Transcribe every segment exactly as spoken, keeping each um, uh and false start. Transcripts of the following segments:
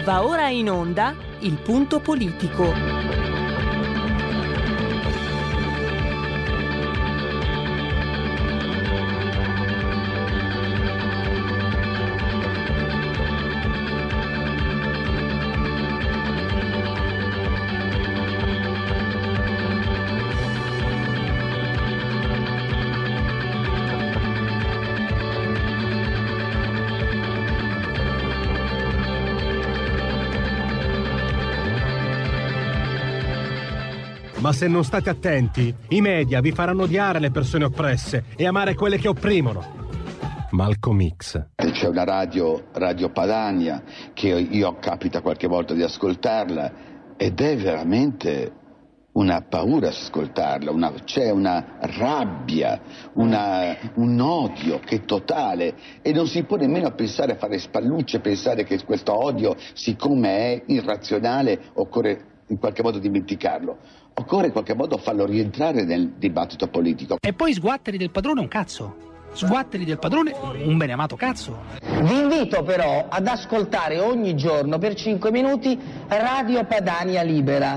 Va ora in onda Il Punto Politico. Ma se non state attenti, i media vi faranno odiare le persone oppresse e amare quelle che opprimono. Malcolm X. C'è una radio, Radio Padania, che io capita qualche volta di ascoltarla ed è veramente una paura ascoltarla, una, c'è una rabbia, una, un odio che è totale e non si può nemmeno pensare a fare spallucce, pensare che questo odio, siccome è irrazionale, occorre in qualche modo dimenticarlo. Occorre in qualche modo farlo rientrare nel dibattito politico. E poi sguatteri del padrone un cazzo. Sguatteri del padrone un beneamato cazzo. Vi invito però ad ascoltare ogni giorno per cinque minuti Radio Padania Libera.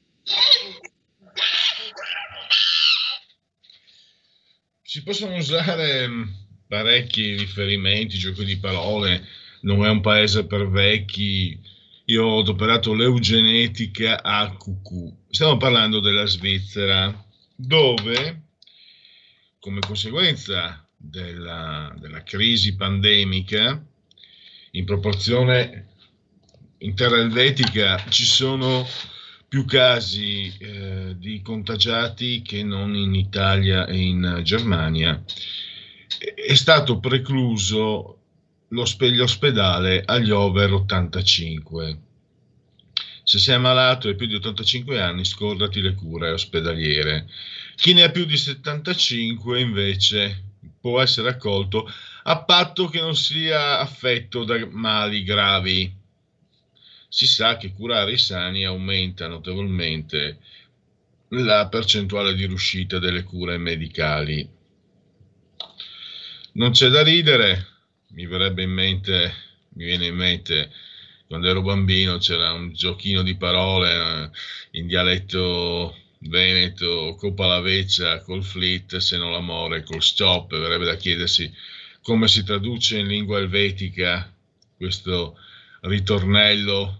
Si possono usare parecchi riferimenti, giochi di parole, non è un paese per vecchi. Io ho adoperato l'eugenetica a cucù. Stiamo parlando della Svizzera, dove, come conseguenza della, della crisi pandemica, in proporzione interelvetica, ci sono più casi eh, di contagiati che non in Italia e in Germania. È stato precluso lo spegli ospedale agli over ottantacinque. Se sei ammalato e più di ottantacinque anni, scordati le cure ospedaliere. Chi ne ha più di settantacinque invece può essere accolto a patto che non sia affetto da mali gravi. Si sa che curare i sani aumenta notevolmente la percentuale di riuscita delle cure medicali. Non c'è da ridere. Mi verrebbe in mente, mi viene in mente, quando ero bambino c'era un giochino di parole eh, in dialetto veneto, Coppa la veccia col flit, se non l'amore col stop. Verrebbe da chiedersi come si traduce in lingua elvetica questo ritornello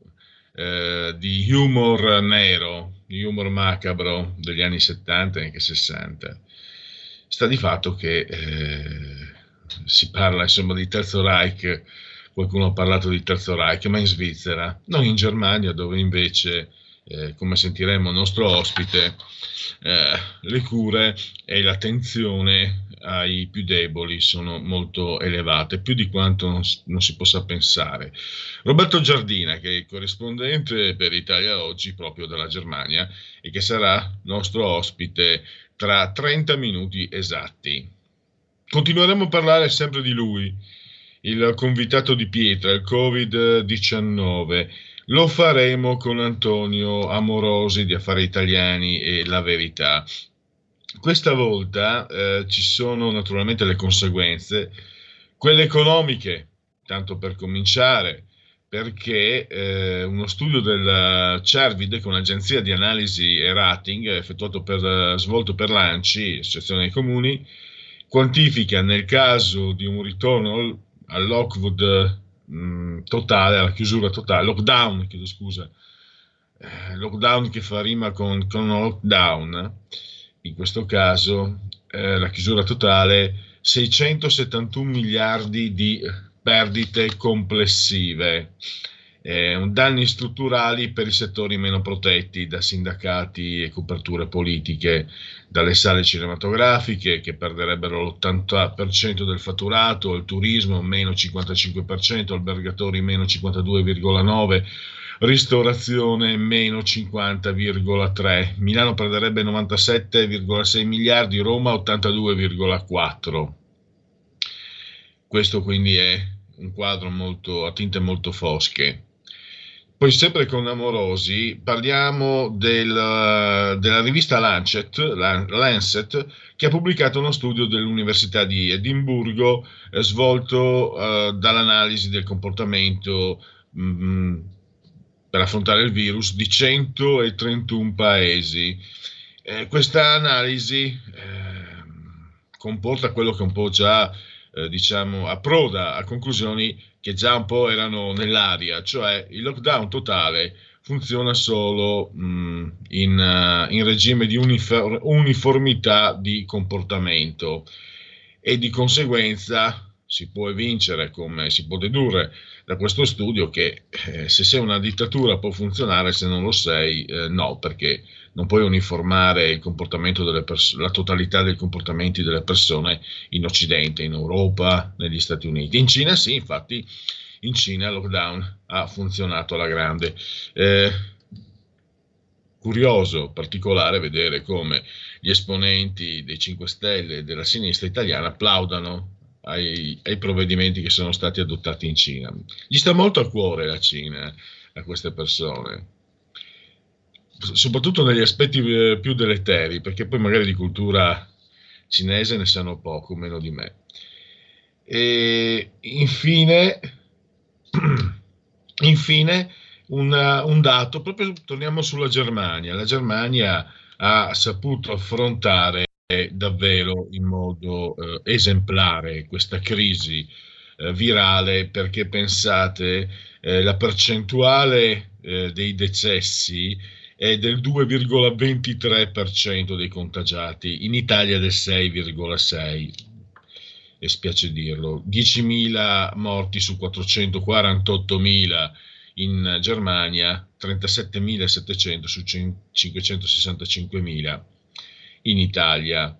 eh, di humor nero, di humor macabro degli anni settanta e anche sessanta. Sta di fatto che eh, si parla insomma di Terzo Reich, qualcuno ha parlato di Terzo Reich, ma in Svizzera, non in Germania, dove invece, eh, come sentiremo il nostro ospite, eh, le cure e l'attenzione ai più deboli sono molto elevate, più di quanto non, non si possa pensare. Roberto Giardina, che è il corrispondente per Italia Oggi proprio dalla Germania e che sarà nostro ospite tra trenta minuti esatti. Continueremo a parlare sempre di lui, il convitato di pietra, il covid diciannove. Lo faremo con Antonio Amorosi di Affari Italiani e La Verità. Questa volta eh, ci sono naturalmente le conseguenze, quelle economiche, tanto per cominciare, perché eh, uno studio del Cervide, con un'agenzia di analisi e rating effettuato per, svolto per l'ANCI, Associazione dei Comuni, quantifica nel caso di un ritorno al lockdown mh, totale, alla chiusura totale, lockdown, chiedo scusa, eh, lockdown che fa rima con, con lockdown, in questo caso eh, la chiusura totale, seicentosettantuno miliardi di perdite complessive, eh, danni strutturali per i settori meno protetti da sindacati e coperture politiche, dalle sale cinematografiche che perderebbero l'ottanta per cento del fatturato, il turismo meno cinquantacinque per cento, albergatori meno cinquantadue virgola nove per cento, ristorazione meno cinquanta virgola tre per cento, Milano perderebbe novantasette virgola sei miliardi, Roma ottantadue virgola quattro. Questo quindi è un quadro molto, a tinte molto fosche. Poi sempre con Amorosi parliamo del, della rivista Lancet, Lancet, che ha pubblicato uno studio dell'Università di Edimburgo eh, svolto eh, dall'analisi del comportamento mh, per affrontare il virus di centotrentuno paesi. Eh, questa analisi eh, comporta quello che un po' già eh, diciamo approda a conclusioni che già un po' erano nell'aria, cioè il lockdown totale funziona solo mh, in, uh, in regime di unifor- uniformità di comportamento e di conseguenza si può evincere, come si può dedurre da questo studio, che eh, se sei una dittatura può funzionare, se non lo sei eh, no, perché non puoi uniformare il comportamento delle pers- la totalità dei comportamenti delle persone in Occidente, in Europa, negli Stati Uniti. In Cina sì, infatti in Cina il lockdown ha funzionato alla grande. Eh, curioso, particolare vedere come gli esponenti dei cinque Stelle e della sinistra italiana applaudano ai, ai provvedimenti che sono stati adottati in Cina. Gli sta molto a cuore la Cina a queste persone, soprattutto negli aspetti più deleteri, perché poi magari di cultura cinese ne sanno poco, meno di me. E infine, infine una, un dato, proprio torniamo sulla Germania. La Germania ha saputo affrontare davvero in modo eh, esemplare questa crisi eh, virale, perché pensate eh, la percentuale eh, dei decessi è del due virgola ventitré per cento dei contagiati, in Italia del sei virgola sei per cento, e spiace dirlo, diecimila morti su quattrocentoquarantottomila in Germania, trentasettemilasettecento su cinquecentosessantacinquemila in Italia.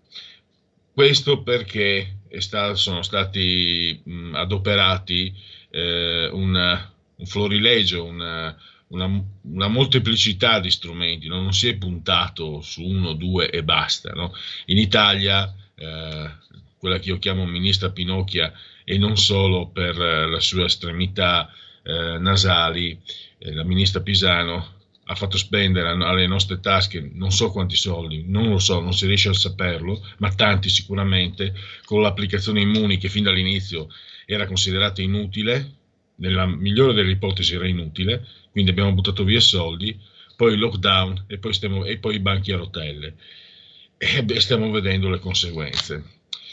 Questo perché è stato, sono stati mh, adoperati eh, una, un florilegio, una, una, una molteplicità di strumenti, no? Non si è puntato su uno, due e basta, no? In Italia eh, quella che io chiamo ministra Pinocchia, e non solo per eh, la sua estremità eh, nasali, eh, la ministra Pisano ha fatto spendere alle nostre tasche non so quanti soldi, non lo so, non si riesce a saperlo, ma tanti sicuramente, con l'applicazione Immuni che fin dall'inizio era considerata inutile, nella migliore delle ipotesi era inutile, quindi abbiamo buttato via soldi, poi il lockdown e poi, stiamo, e poi i banchi a rotelle, e beh, stiamo vedendo le conseguenze.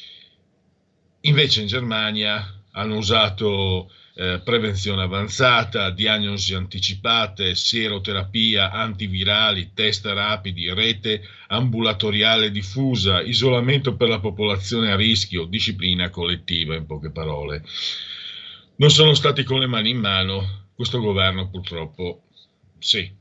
Invece in Germania hanno usato eh, prevenzione avanzata, diagnosi anticipate, sieroterapia, antivirali, test rapidi, rete ambulatoriale diffusa, isolamento per la popolazione a rischio, disciplina collettiva, in poche parole. Non sono stati con le mani in mano, questo governo purtroppo sì.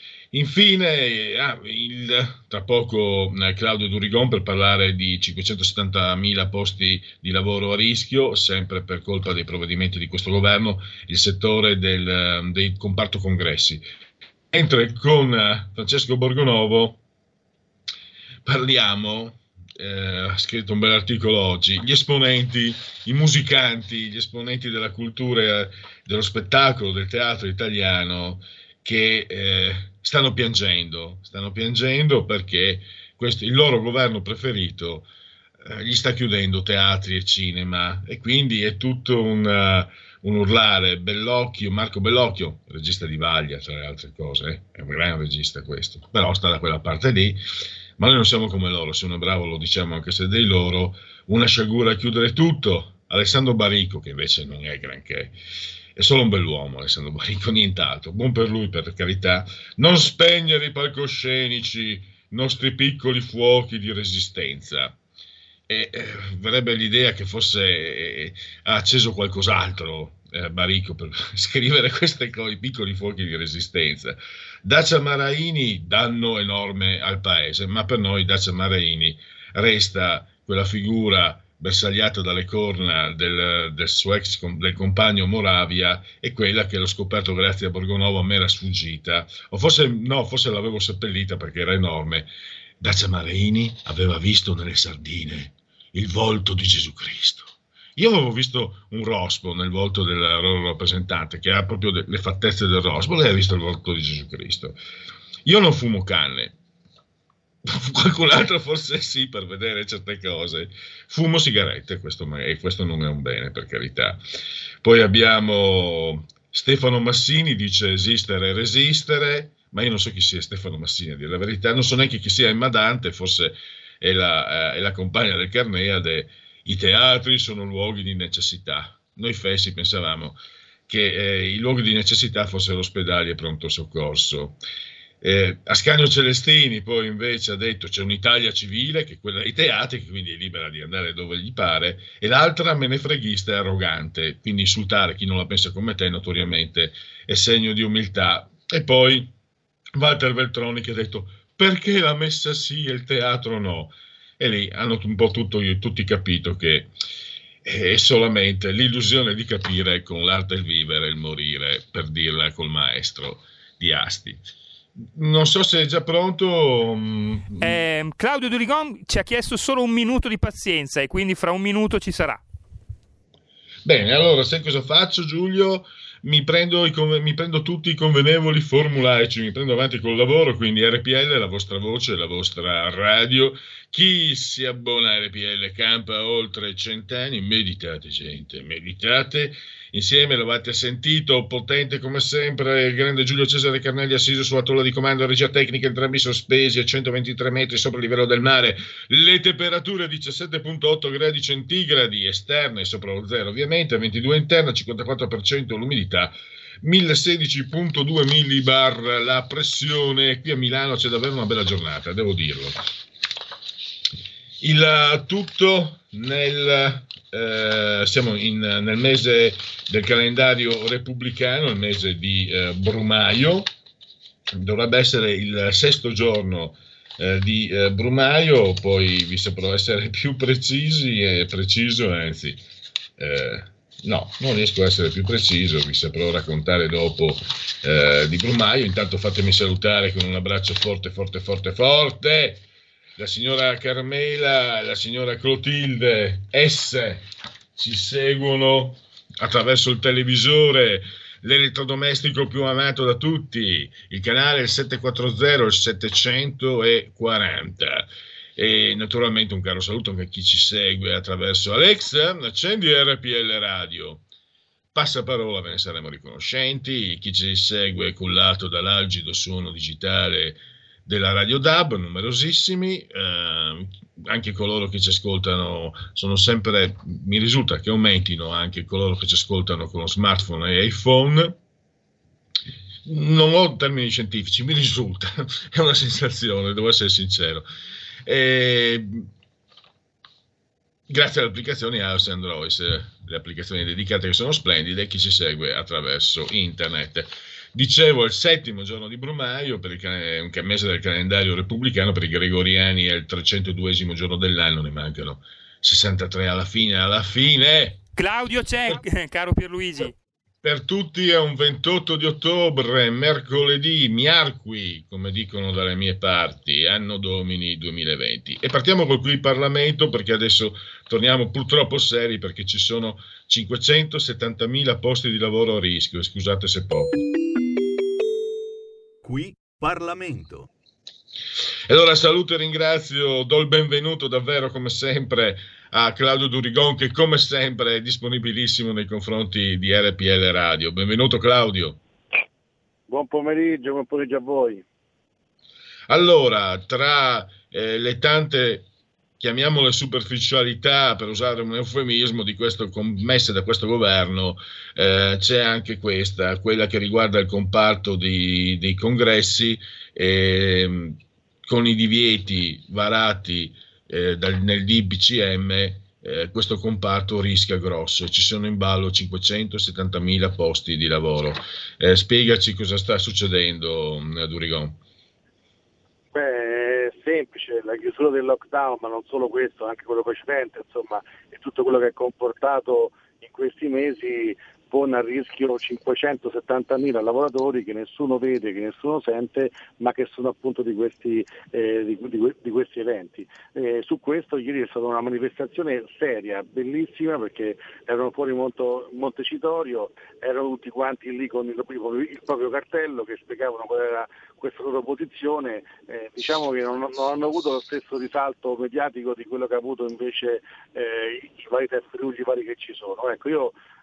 Infine, ah, il, tra poco eh, Claudio Durigon per parlare di cinquecentosettantamila posti di lavoro a rischio, sempre per colpa dei provvedimenti di questo governo, il settore del, del comparto congressi. Mentre con eh, Francesco Borgonovo parliamo, eh, ha scritto un bel articolo oggi, gli esponenti, i musicanti, gli esponenti della cultura, dello spettacolo, del teatro italiano, che eh, stanno piangendo, stanno piangendo perché questo, il loro governo preferito eh, gli sta chiudendo teatri e cinema, e quindi è tutto un, uh, un urlare. Bellocchio, Marco Bellocchio, regista di Vaglia, tra le altre cose, eh, è un gran regista questo, però sta da quella parte lì, ma noi non siamo come loro, se uno è bravo lo diciamo anche se dei loro, una sciagura a chiudere tutto. Alessandro Baricco, che invece non è granché, è solo un bell'uomo Alessandro Baricco, nient'altro, buon per lui, per carità. Non spegnere i palcoscenici, nostri piccoli fuochi di resistenza. E eh, verrebbe l'idea che fosse eh, ha acceso qualcos'altro eh, Baricco per scrivere queste cose, i piccoli fuochi di resistenza. Dacia Maraini, danno enorme al paese, ma per noi Dacia Maraini resta quella figura bersagliata dalle corna del, del suo ex del compagno Moravia, e quella che l'ho scoperto grazie a Borgonovo a me era sfuggita, o forse no, forse l'avevo seppellita perché era enorme. Dacia Maraini aveva visto nelle sardine il volto di Gesù Cristo. Io avevo visto un rospo nel volto del loro rappresentante, che ha proprio le fattezze del rospo, lei ha visto il volto di Gesù Cristo. Io non fumo canne, qualcun altro forse sì, per vedere certe cose. Fumo sigarette, questo, e questo non è un bene, per carità. Poi abbiamo Stefano Massini dice esistere e resistere, ma io non so chi sia Stefano Massini, a dire la verità, non so neanche chi sia Emma Dante, forse è la, eh, è la compagna del Carneade. I teatri sono luoghi di necessità. Noi fessi pensavamo che eh, i luoghi di necessità fossero ospedali e pronto soccorso. Eh, Ascanio Celestini poi invece ha detto c'è un'Italia civile, che è quella dei teatri, che quindi è libera di andare dove gli pare, e l'altra menefreghista e arrogante, quindi insultare chi non la pensa come te notoriamente è segno di umiltà. E poi Walter Veltroni che ha detto perché la messa sì e il teatro no, e lì hanno un po' tutto, tutti capito che è solamente l'illusione di capire con l'arte il vivere e il morire, per dirla col maestro di Asti. Non so se è già pronto. Eh, Claudio Durigon ci ha chiesto solo un minuto di pazienza e quindi fra un minuto ci sarà. Bene, allora sai cosa faccio, Giulio? Mi prendo, i, mi prendo tutti i convenevoli formulaici, mi prendo avanti col lavoro, quindi R P L, la vostra voce, la vostra radio. Chi si abbona a R P L campa oltre cent'anni, meditate gente, meditate. Insieme l'avete sentito, potente come sempre, il grande Giulio Cesare Carnelli assiso sulla tolla di comando, regia tecnica, entrambi sospesi a centoventitré metri sopra il livello del mare, le temperature diciassette virgola otto gradi centigradi, esterne sopra lo zero ovviamente, ventidue interna, cinquantaquattro per cento l'umidità, mille sedici virgola due millibar la pressione. Qui a Milano c'è davvero una bella giornata, devo dirlo. Il tutto nel... Eh, siamo in, nel mese del calendario repubblicano, il mese di eh, Brumaio, dovrebbe essere il sesto giorno eh, di eh, Brumaio, poi vi saprò essere più precisi e preciso, anzi eh, no, non riesco a essere più preciso, vi saprò raccontare dopo eh, di Brumaio. Intanto fatemi salutare con un abbraccio forte forte forte forte la signora Carmela e la signora Clotilde S. Ci seguono attraverso il televisore, l'elettrodomestico più amato da tutti, il canale settecentoquaranta, il settecentoquaranta. E naturalmente un caro saluto anche a chi ci segue attraverso Alexa. Accendi R P L Radio. Passaparola, ve ne saremo riconoscenti. Chi ci segue cullato dall'algido suono digitale della Radio D A B, numerosissimi, eh, anche coloro che ci ascoltano sono sempre, mi risulta che aumentino anche coloro che ci ascoltano con smartphone e iPhone. Non ho termini scientifici, mi risulta, è una sensazione, devo essere sincero. E grazie alle applicazioni iOS e Android, le applicazioni dedicate che sono splendide, chi ci segue attraverso internet. Dicevo, il settimo giorno di Brumaio, per il un mese del calendario repubblicano, per i gregoriani è il trecentoduesimo giorno dell'anno, ne mancano sessantatré alla fine, alla fine! Claudio c'è, per, caro Pierluigi! Per tutti è un ventotto di ottobre, mercoledì, miarqui, come dicono dalle mie parti, anno domini duemilaventi. E partiamo col qui Parlamento, perché adesso torniamo purtroppo seri, perché ci sono cinquecentosettantamila posti di lavoro a rischio, scusate se poco. Qui Parlamento. E allora saluto e ringrazio, do il benvenuto davvero come sempre a Claudio Durigon, che come sempre è disponibilissimo nei confronti di R P L Radio. Benvenuto Claudio. Buon pomeriggio, buon pomeriggio a voi. Allora, tra eh, le tante, chiamiamole superficialità, per usare un eufemismo, di questo commesse da questo governo, eh, c'è anche questa, quella che riguarda il comparto di, dei congressi, eh, con i divieti varati eh, dal, nel D B C M, eh, questo comparto rischia grosso, ci sono in ballo cinquecentosettantamila posti di lavoro. Eh, spiegaci cosa sta succedendo, Durigon. Beh, è semplice, la chiusura del lockdown, ma non solo questo, anche quello precedente, insomma, e tutto quello che è comportato in questi mesi pone a rischio cinquecentosettantamila lavoratori che nessuno vede, che nessuno sente, ma che sono appunto di questi, eh, di, di, di questi eventi. Eh, su questo ieri è stata una manifestazione seria, bellissima, perché erano fuori Montecitorio, erano tutti quanti lì con il, il proprio cartello che spiegavano qual era questa loro posizione. Eh, diciamo che non, non hanno avuto lo stesso risalto mediatico di quello che ha avuto invece eh, i vari test vari che ci sono. Ecco, io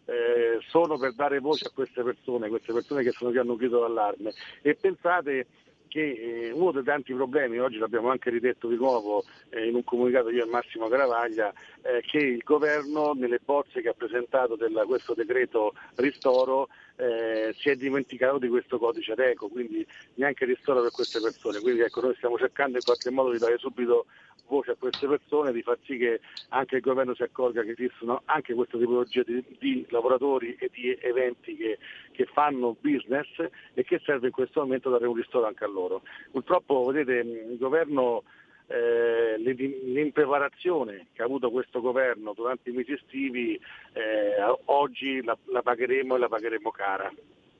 eh, sono per dare voce a queste persone, queste persone che sono che hanno gridato d'allarme. E pensate che eh, uno dei tanti problemi, oggi l'abbiamo anche ridetto di nuovo eh, in un comunicato io e Massimo Caravaglia, eh, che il governo nelle bozze che ha presentato della, questo decreto ristoro eh, si è dimenticato di questo codice Ateco, quindi neanche ristoro per queste persone. Quindi ecco, noi stiamo cercando in qualche modo di dare subito voce a queste persone, di far sì che anche il governo si accorga che esistono anche questa tipologia di, di lavoratori e di eventi che, che fanno business e che serve in questo momento dare un ristoro anche a loro. Purtroppo vedete il governo, eh, l'impreparazione che ha avuto questo governo durante i mesi estivi, eh, oggi la, la pagheremo e la pagheremo cara.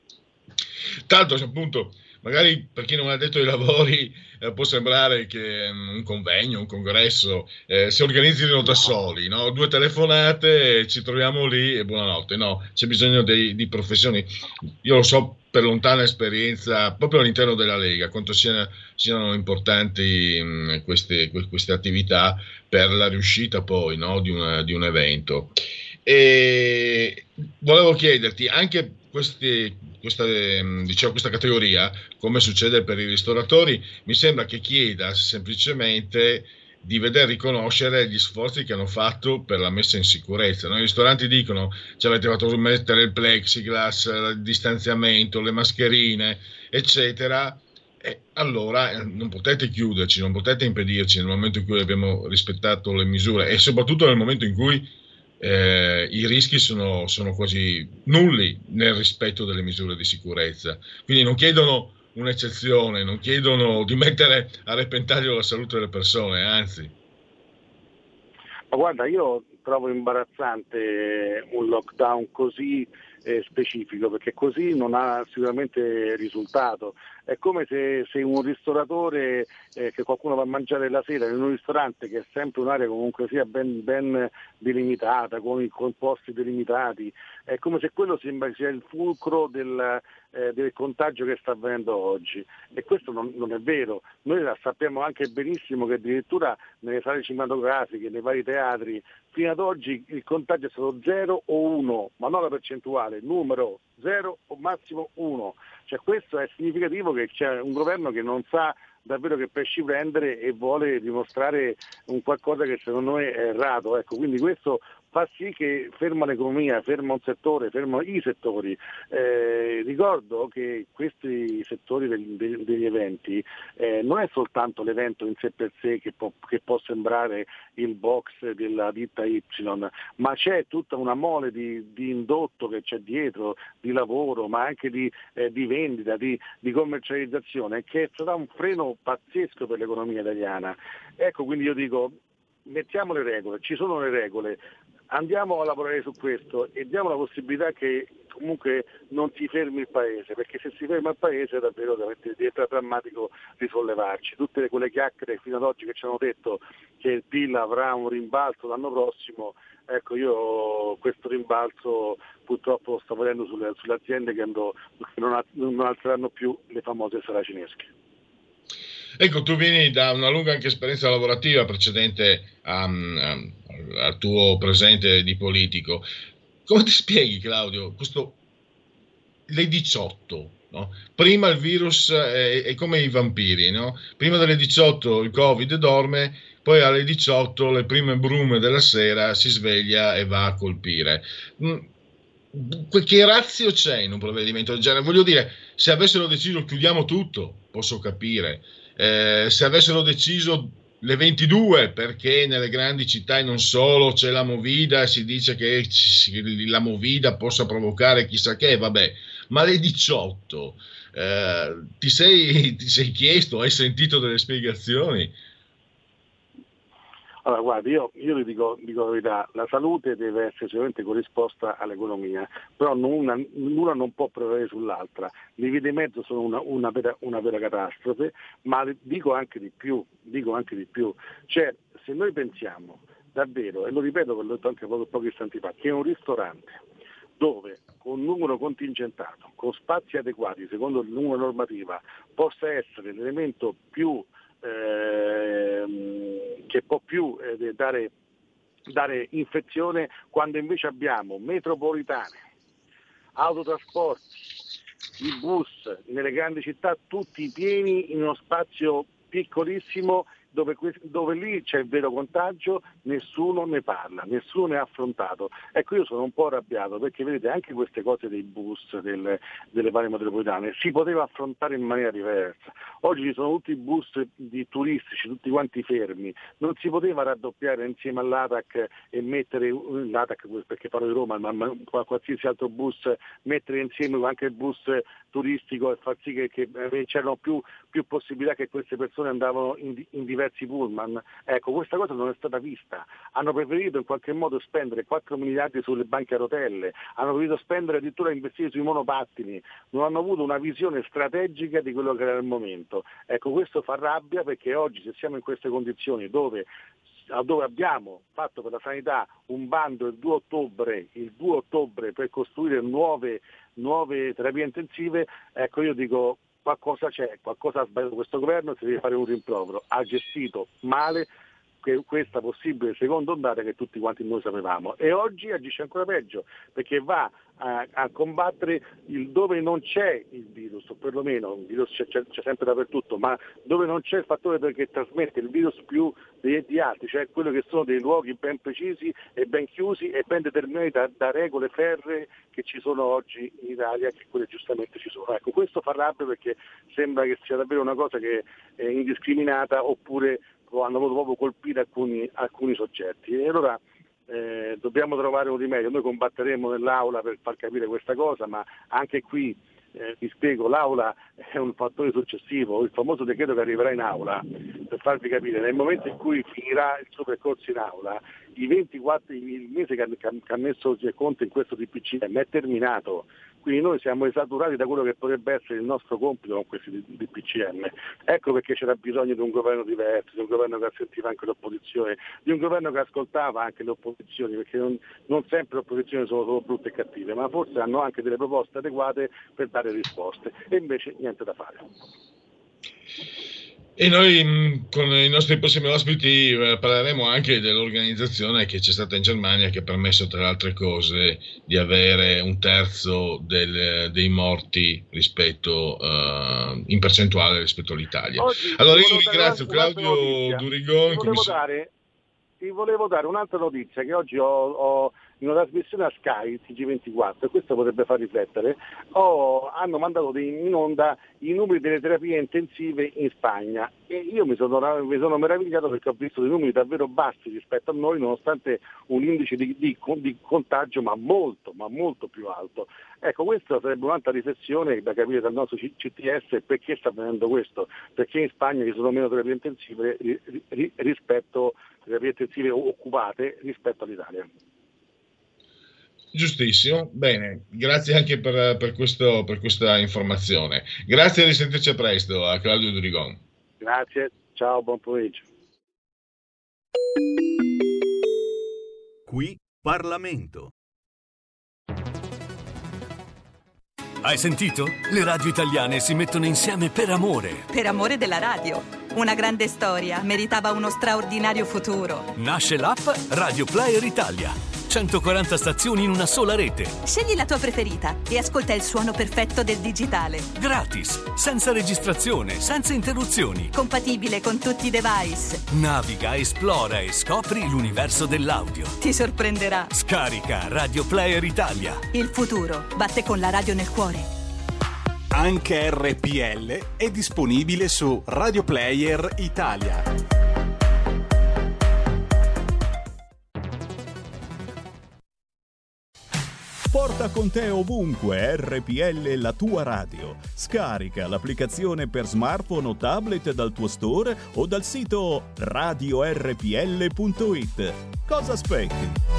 Tanto appunto, magari per chi non ha detto i lavori eh, può sembrare che um, un convegno, un congresso eh, si organizzino da soli, no? Due telefonate, ci troviamo lì e buonanotte. No, c'è bisogno dei, di professioni. Io lo so per lontana esperienza, proprio all'interno della Lega, quanto siano, siano importanti mh, queste, queste attività per la riuscita poi, no? di, una, di un evento. E volevo chiederti anche questi Questa, diciamo, questa categoria, come succede per i ristoratori, mi sembra che chieda semplicemente di veder riconoscere gli sforzi che hanno fatto per la messa in sicurezza. No? I ristoranti dicono ci avete fatto mettere il plexiglass, il distanziamento, le mascherine, eccetera. E allora non potete chiuderci, non potete impedirci nel momento in cui abbiamo rispettato le misure e soprattutto nel momento in cui Eh, i rischi sono, sono quasi nulli nel rispetto delle misure di sicurezza. Quindi non chiedono un'eccezione, non chiedono di mettere a repentaglio la salute delle persone, anzi. Ma guarda, io trovo imbarazzante un lockdown così eh, specifico, perché così non ha sicuramente risultato. È come se, se un ristoratore, eh, che qualcuno va a mangiare la sera in un ristorante che è sempre un'area comunque sia ben, ben delimitata, con i con posti delimitati, è come se quello sembra sia il fulcro del, eh, del contagio che sta avvenendo oggi. E questo non, non è vero. Noi sappiamo anche benissimo che addirittura nelle sale cinematografiche, nei vari teatri, fino ad oggi il contagio è stato zero o uno, ma non la percentuale, numero zero o massimo uno. Cioè questo è significativo che c'è un governo che non sa davvero che pesci prendere e vuole dimostrare un qualcosa che secondo me è errato. Ecco, quindi questo fa sì che ferma l'economia, ferma un settore, ferma i settori. Eh, ricordo che questi settori del, de, degli eventi eh, non è soltanto l'evento in sé per sé che può, che può sembrare il box della ditta Y, ma c'è tutta una mole di, di indotto che c'è dietro, di lavoro, ma anche di, eh, di vendita, di, di commercializzazione, che sarà un freno pazzesco per l'economia italiana. Ecco, quindi io dico, mettiamo le regole, ci sono le regole, andiamo a lavorare su questo e diamo la possibilità che comunque non si fermi il paese, perché se si ferma il paese davvero diventa drammatico risollevarci. Tutte quelle chiacchiere fino ad oggi che ci hanno detto che il P I L avrà un rimbalzo l'anno prossimo, ecco, io questo rimbalzo purtroppo lo sto vedendo sulle, sulle aziende che, andò, che non, non alzeranno più le famose saracinesche. Ecco, tu vieni da una lunga anche esperienza lavorativa precedente a, a, al tuo presente di politico. Come ti spieghi, Claudio, questo le diciotto, no? Prima il virus è, è come i vampiri, no? Prima delle diciotto il Covid dorme, poi alle diciotto le prime brume della sera si sveglia e va a colpire. Che razio c'è in un provvedimento del genere? Voglio dire, se avessero deciso chiudiamo tutto, posso capire. Eh, se avessero deciso le ventidue, perché nelle grandi città e non solo c'è la movida e si dice che la movida possa provocare chissà che, vabbè, ma le diciotto eh, ti sei, ti sei chiesto, hai sentito delle spiegazioni? Allora, guardi, io, io vi dico, dico la verità, la salute deve essere sicuramente corrisposta all'economia, però non una, una non può prevalere sull'altra. Le vie di mezzo sono una, una, vera, una vera catastrofe, ma dico anche di più, dico anche di più. Cioè, se noi pensiamo davvero, e lo ripeto, ve l'ho detto anche pochi, pochi istanti fa, che un ristorante dove con un numero contingentato, con spazi adeguati, secondo il numero normativa, possa essere l'elemento più Eh, che può più eh, dare dare infezione, quando invece abbiamo metropolitane, autotrasporti, i bus nelle grandi città tutti pieni in uno spazio piccolissimo, dove, dove lì c'è il vero contagio, nessuno ne parla, nessuno ne ha affrontato. Ecco, io sono un po' arrabbiato perché vedete anche queste cose dei bus, delle, delle varie metropolitane, si poteva affrontare in maniera diversa. Oggi ci sono tutti i bus di turistici, tutti quanti fermi, non si poteva raddoppiare insieme all'A T A C e mettere, l'A T A C perché parlo di Roma, ma, ma qualsiasi altro bus, mettere insieme anche il bus turistico e far sì che, che c'erano più, più possibilità che queste persone andavano in, in diversi pullman. Ecco, questa cosa non è stata vista. Hanno preferito in qualche modo spendere quattro miliardi sulle banche a rotelle, hanno preferito spendere addirittura investire sui monopattini, non hanno avuto una visione strategica di quello che era il momento. Ecco, questo fa rabbia perché oggi, se siamo in queste condizioni dove dove abbiamo fatto per la sanità un bando il due ottobre, il due ottobre per costruire nuove, nuove terapie intensive, ecco, io dico qualcosa c'è, qualcosa ha sbagliato questo governo, si deve fare un rimprovero, ha gestito male questa possibile seconda ondata che tutti quanti noi sapevamo, e oggi agisce ancora peggio perché va a, a combattere il dove non c'è il virus, o perlomeno il virus c'è, c'è, c'è sempre dappertutto, ma dove non c'è il fattore perché trasmette il virus più di, di altri, cioè quello che sono dei luoghi ben precisi e ben chiusi e ben determinati da, da regole ferree che ci sono oggi in Italia, che quelle giustamente ci sono. Ecco, questo fa rabbia perché sembra che sia davvero una cosa che è indiscriminata, oppure hanno voluto proprio colpire alcuni, alcuni soggetti, e allora eh, dobbiamo trovare un rimedio. Noi combatteremo nell'aula per far capire questa cosa, ma anche qui eh, vi spiego, l'aula è un fattore successivo, il famoso decreto che arriverà in aula, per farvi capire, nel momento in cui finirà il suo percorso in aula, i ventiquattro, il mese che ha messo Conte in questo D P C M è terminato. Quindi noi siamo esaturati da quello che potrebbe essere il nostro compito con questi D P C M. Ecco perché c'era bisogno di un governo diverso, di un governo che assentiva anche l'opposizione, di un governo che ascoltava anche le opposizioni, perché non, non sempre le opposizioni sono solo brutte e cattive, ma forse hanno anche delle proposte adeguate per dare risposte, e invece niente da fare. E noi con i nostri prossimi ospiti parleremo anche dell'organizzazione che c'è stata in Germania, che ha permesso, tra le altre cose, di avere un terzo del, dei morti rispetto uh, in percentuale rispetto all'Italia. Oggi allora io ringrazio Claudio Durigon. Ti volevo, mi... dare, ti volevo dare un'altra notizia che oggi ho, ho in una trasmissione a Sky, T G ventiquattro, e questo potrebbe far riflettere. Ho, hanno mandato in onda i numeri delle terapie intensive in Spagna, e io mi sono, mi sono meravigliato perché ho visto dei numeri davvero bassi rispetto a noi, nonostante un indice di, di, di contagio ma molto, ma molto più alto. Ecco, questa sarebbe un'altra riflessione da capire dal nostro C T S perché sta avvenendo questo, perché in Spagna ci sono meno terapie intensive rispetto terapie intensive occupate rispetto all'Italia. Giustissimo, bene, grazie anche per, per, questo, per questa informazione. Grazie, a risentirci a presto a Claudio Durigon. Grazie, ciao, buon pomeriggio. Qui Parlamento. Hai sentito? Le radio italiane si mettono insieme per amore. Per amore della radio. Una grande storia meritava uno straordinario futuro. Nasce l'app Radio Player Italia. centoquaranta stazioni in una sola rete. Scegli la tua preferita e ascolta il suono perfetto del digitale. Gratis, senza registrazione, senza interruzioni. Compatibile con tutti i device. Naviga, esplora e scopri l'universo dell'audio. Ti sorprenderà. Scarica Radio Player Italia. Il futuro batte con la radio nel cuore. Anche R P L è disponibile su Radio Player Italia. Porta con te ovunque R P L, la tua radio. Scarica l'applicazione per smartphone o tablet dal tuo store o dal sito radio r p l punto i t. Cosa aspetti?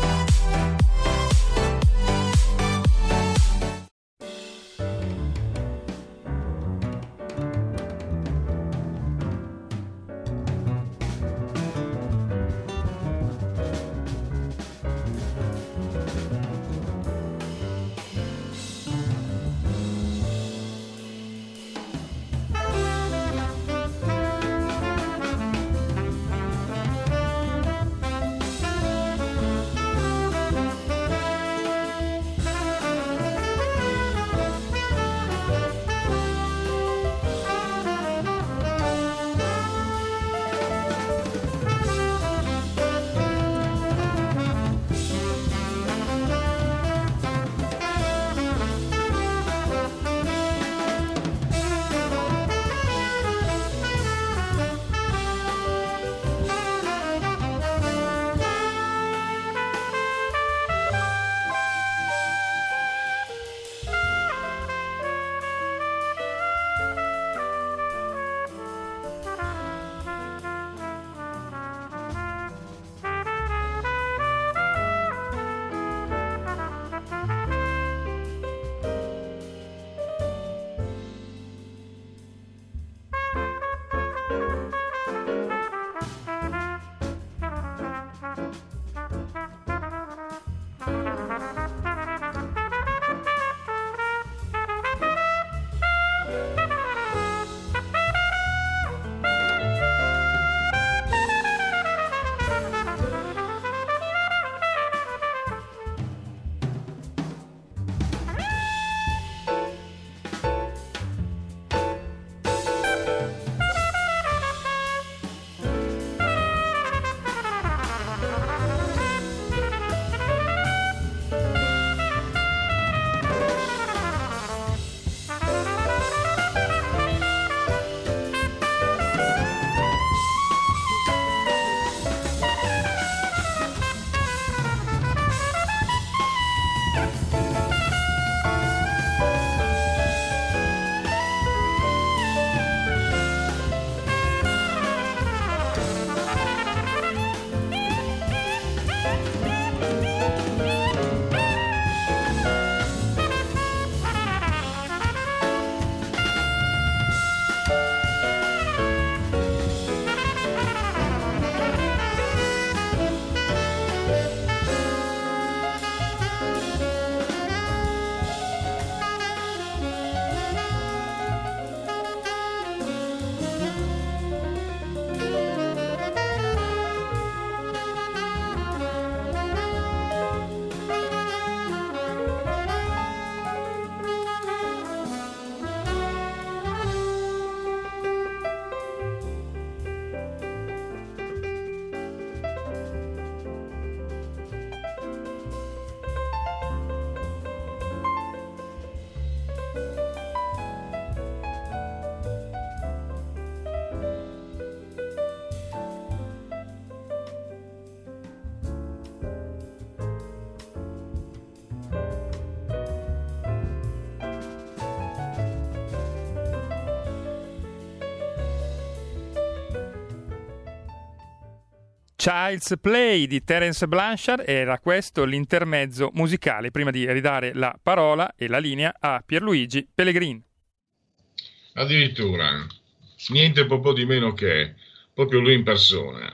Child's Play di Terence Blanchard, era questo l'intermezzo musicale prima di ridare la parola e la linea a Pierluigi Pellegrin. Addirittura, niente proprio di meno che proprio lui in persona.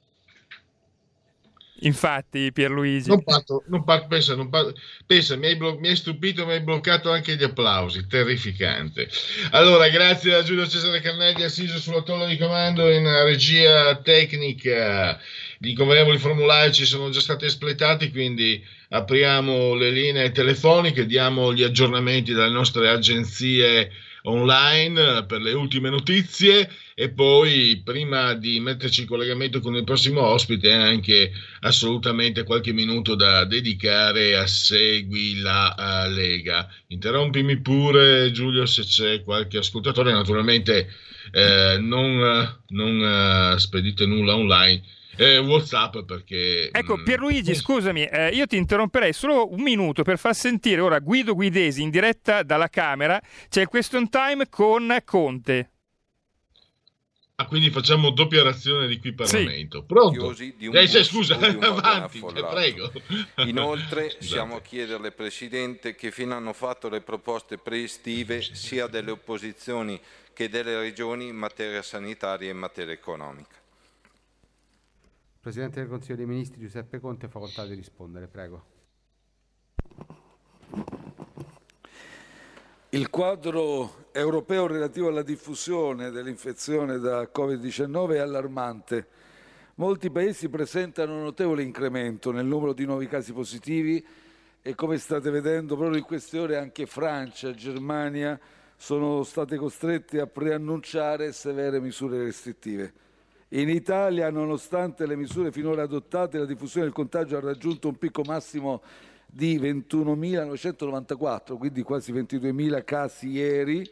Infatti, Pierluigi. Non parto, non parto, pensa, non parto, pensa mi, hai blo- mi hai stupito, mi hai bloccato anche gli applausi, terrificante. Allora, grazie a Giulio Cesare Carnelli, assiso sulla tolla di comando in regia tecnica. Gli inconvenevoli formulari ci sono già stati espletati, quindi apriamo le linee telefoniche, diamo gli aggiornamenti dalle nostre agenzie online per le ultime notizie e poi prima di metterci in collegamento con il prossimo ospite anche assolutamente qualche minuto da dedicare a Segui la uh, Lega. Interrompimi pure Giulio se c'è qualche ascoltatore, naturalmente eh, non, non uh, spedite nulla online. Eh, WhatsApp perché ecco Pierluigi, scusami, eh, io ti interromperei solo un minuto per far sentire ora Guido Guidesi in diretta dalla Camera. C'è il question time con Conte. Ah, quindi facciamo doppia razione di qui Parlamento. Sì. Pronto? Di un eh, bus scusa, o di un avanti, vagone prego. Inoltre siamo a chiederle, Presidente, che fine hanno fatto le proposte pre-estive sia delle opposizioni che delle regioni in materia sanitaria e in materia economica. Presidente del Consiglio dei Ministri Giuseppe Conte, facoltà di rispondere, prego. Il quadro europeo relativo alla diffusione dell'infezione da covid diciannove è allarmante. Molti paesi presentano un notevole incremento nel numero di nuovi casi positivi e, come state vedendo proprio in queste ore, anche Francia e Germania sono state costrette a preannunciare severe misure restrittive. In Italia, nonostante le misure finora adottate, la diffusione del contagio ha raggiunto un picco massimo di ventunomilanovecentovantaquattro, quindi quasi ventiduemila casi ieri,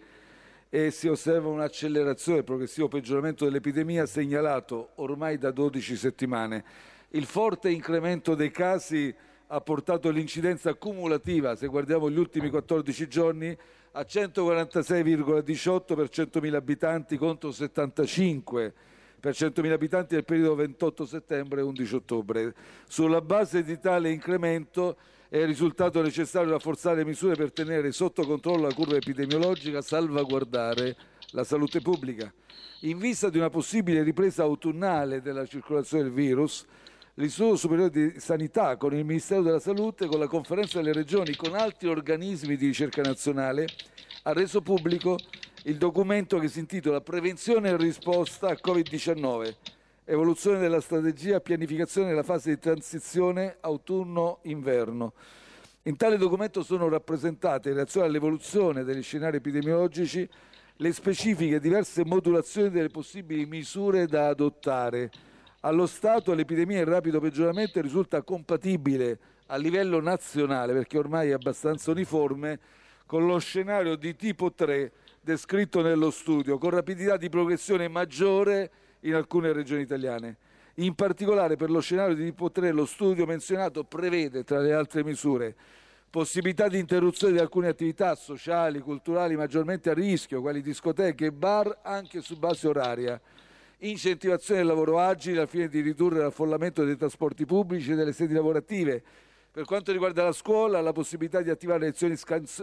e si osserva un'accelerazione, progressivo peggioramento dell'epidemia segnalato ormai da dodici settimane. Il forte incremento dei casi ha portato l'incidenza cumulativa, se guardiamo gli ultimi quattordici giorni, a centoquarantasei virgola diciotto per centomila abitanti contro settantacinque per centomila abitanti nel periodo ventotto settembre e undici ottobre. Sulla base di tale incremento è risultato necessario rafforzare le misure per tenere sotto controllo la curva epidemiologica, salvaguardare la salute pubblica. In vista di una possibile ripresa autunnale della circolazione del virus, l'Istituto Superiore di Sanità, con il Ministero della Salute, con la Conferenza delle Regioni, con altri organismi di ricerca nazionale, ha reso pubblico il documento che si intitola Prevenzione e risposta a covid diciannove, evoluzione della strategia, pianificazione della fase di transizione autunno-inverno. In tale documento sono rappresentate, in relazione all'evoluzione degli scenari epidemiologici, le specifiche diverse modulazioni delle possibili misure da adottare. Allo Stato l'epidemia in rapido peggioramento risulta compatibile a livello nazionale, perché ormai è abbastanza uniforme, con lo scenario di tipo tre descritto nello studio, con rapidità di progressione maggiore in alcune regioni italiane. In particolare per lo scenario di tipo tre lo studio menzionato prevede, tra le altre misure, possibilità di interruzione di alcune attività sociali, culturali maggiormente a rischio, quali discoteche e bar, anche su base oraria, incentivazione del lavoro agile al fine di ridurre l'affollamento dei trasporti pubblici e delle sedi lavorative. Per quanto riguarda la scuola, la possibilità di attivare lezioni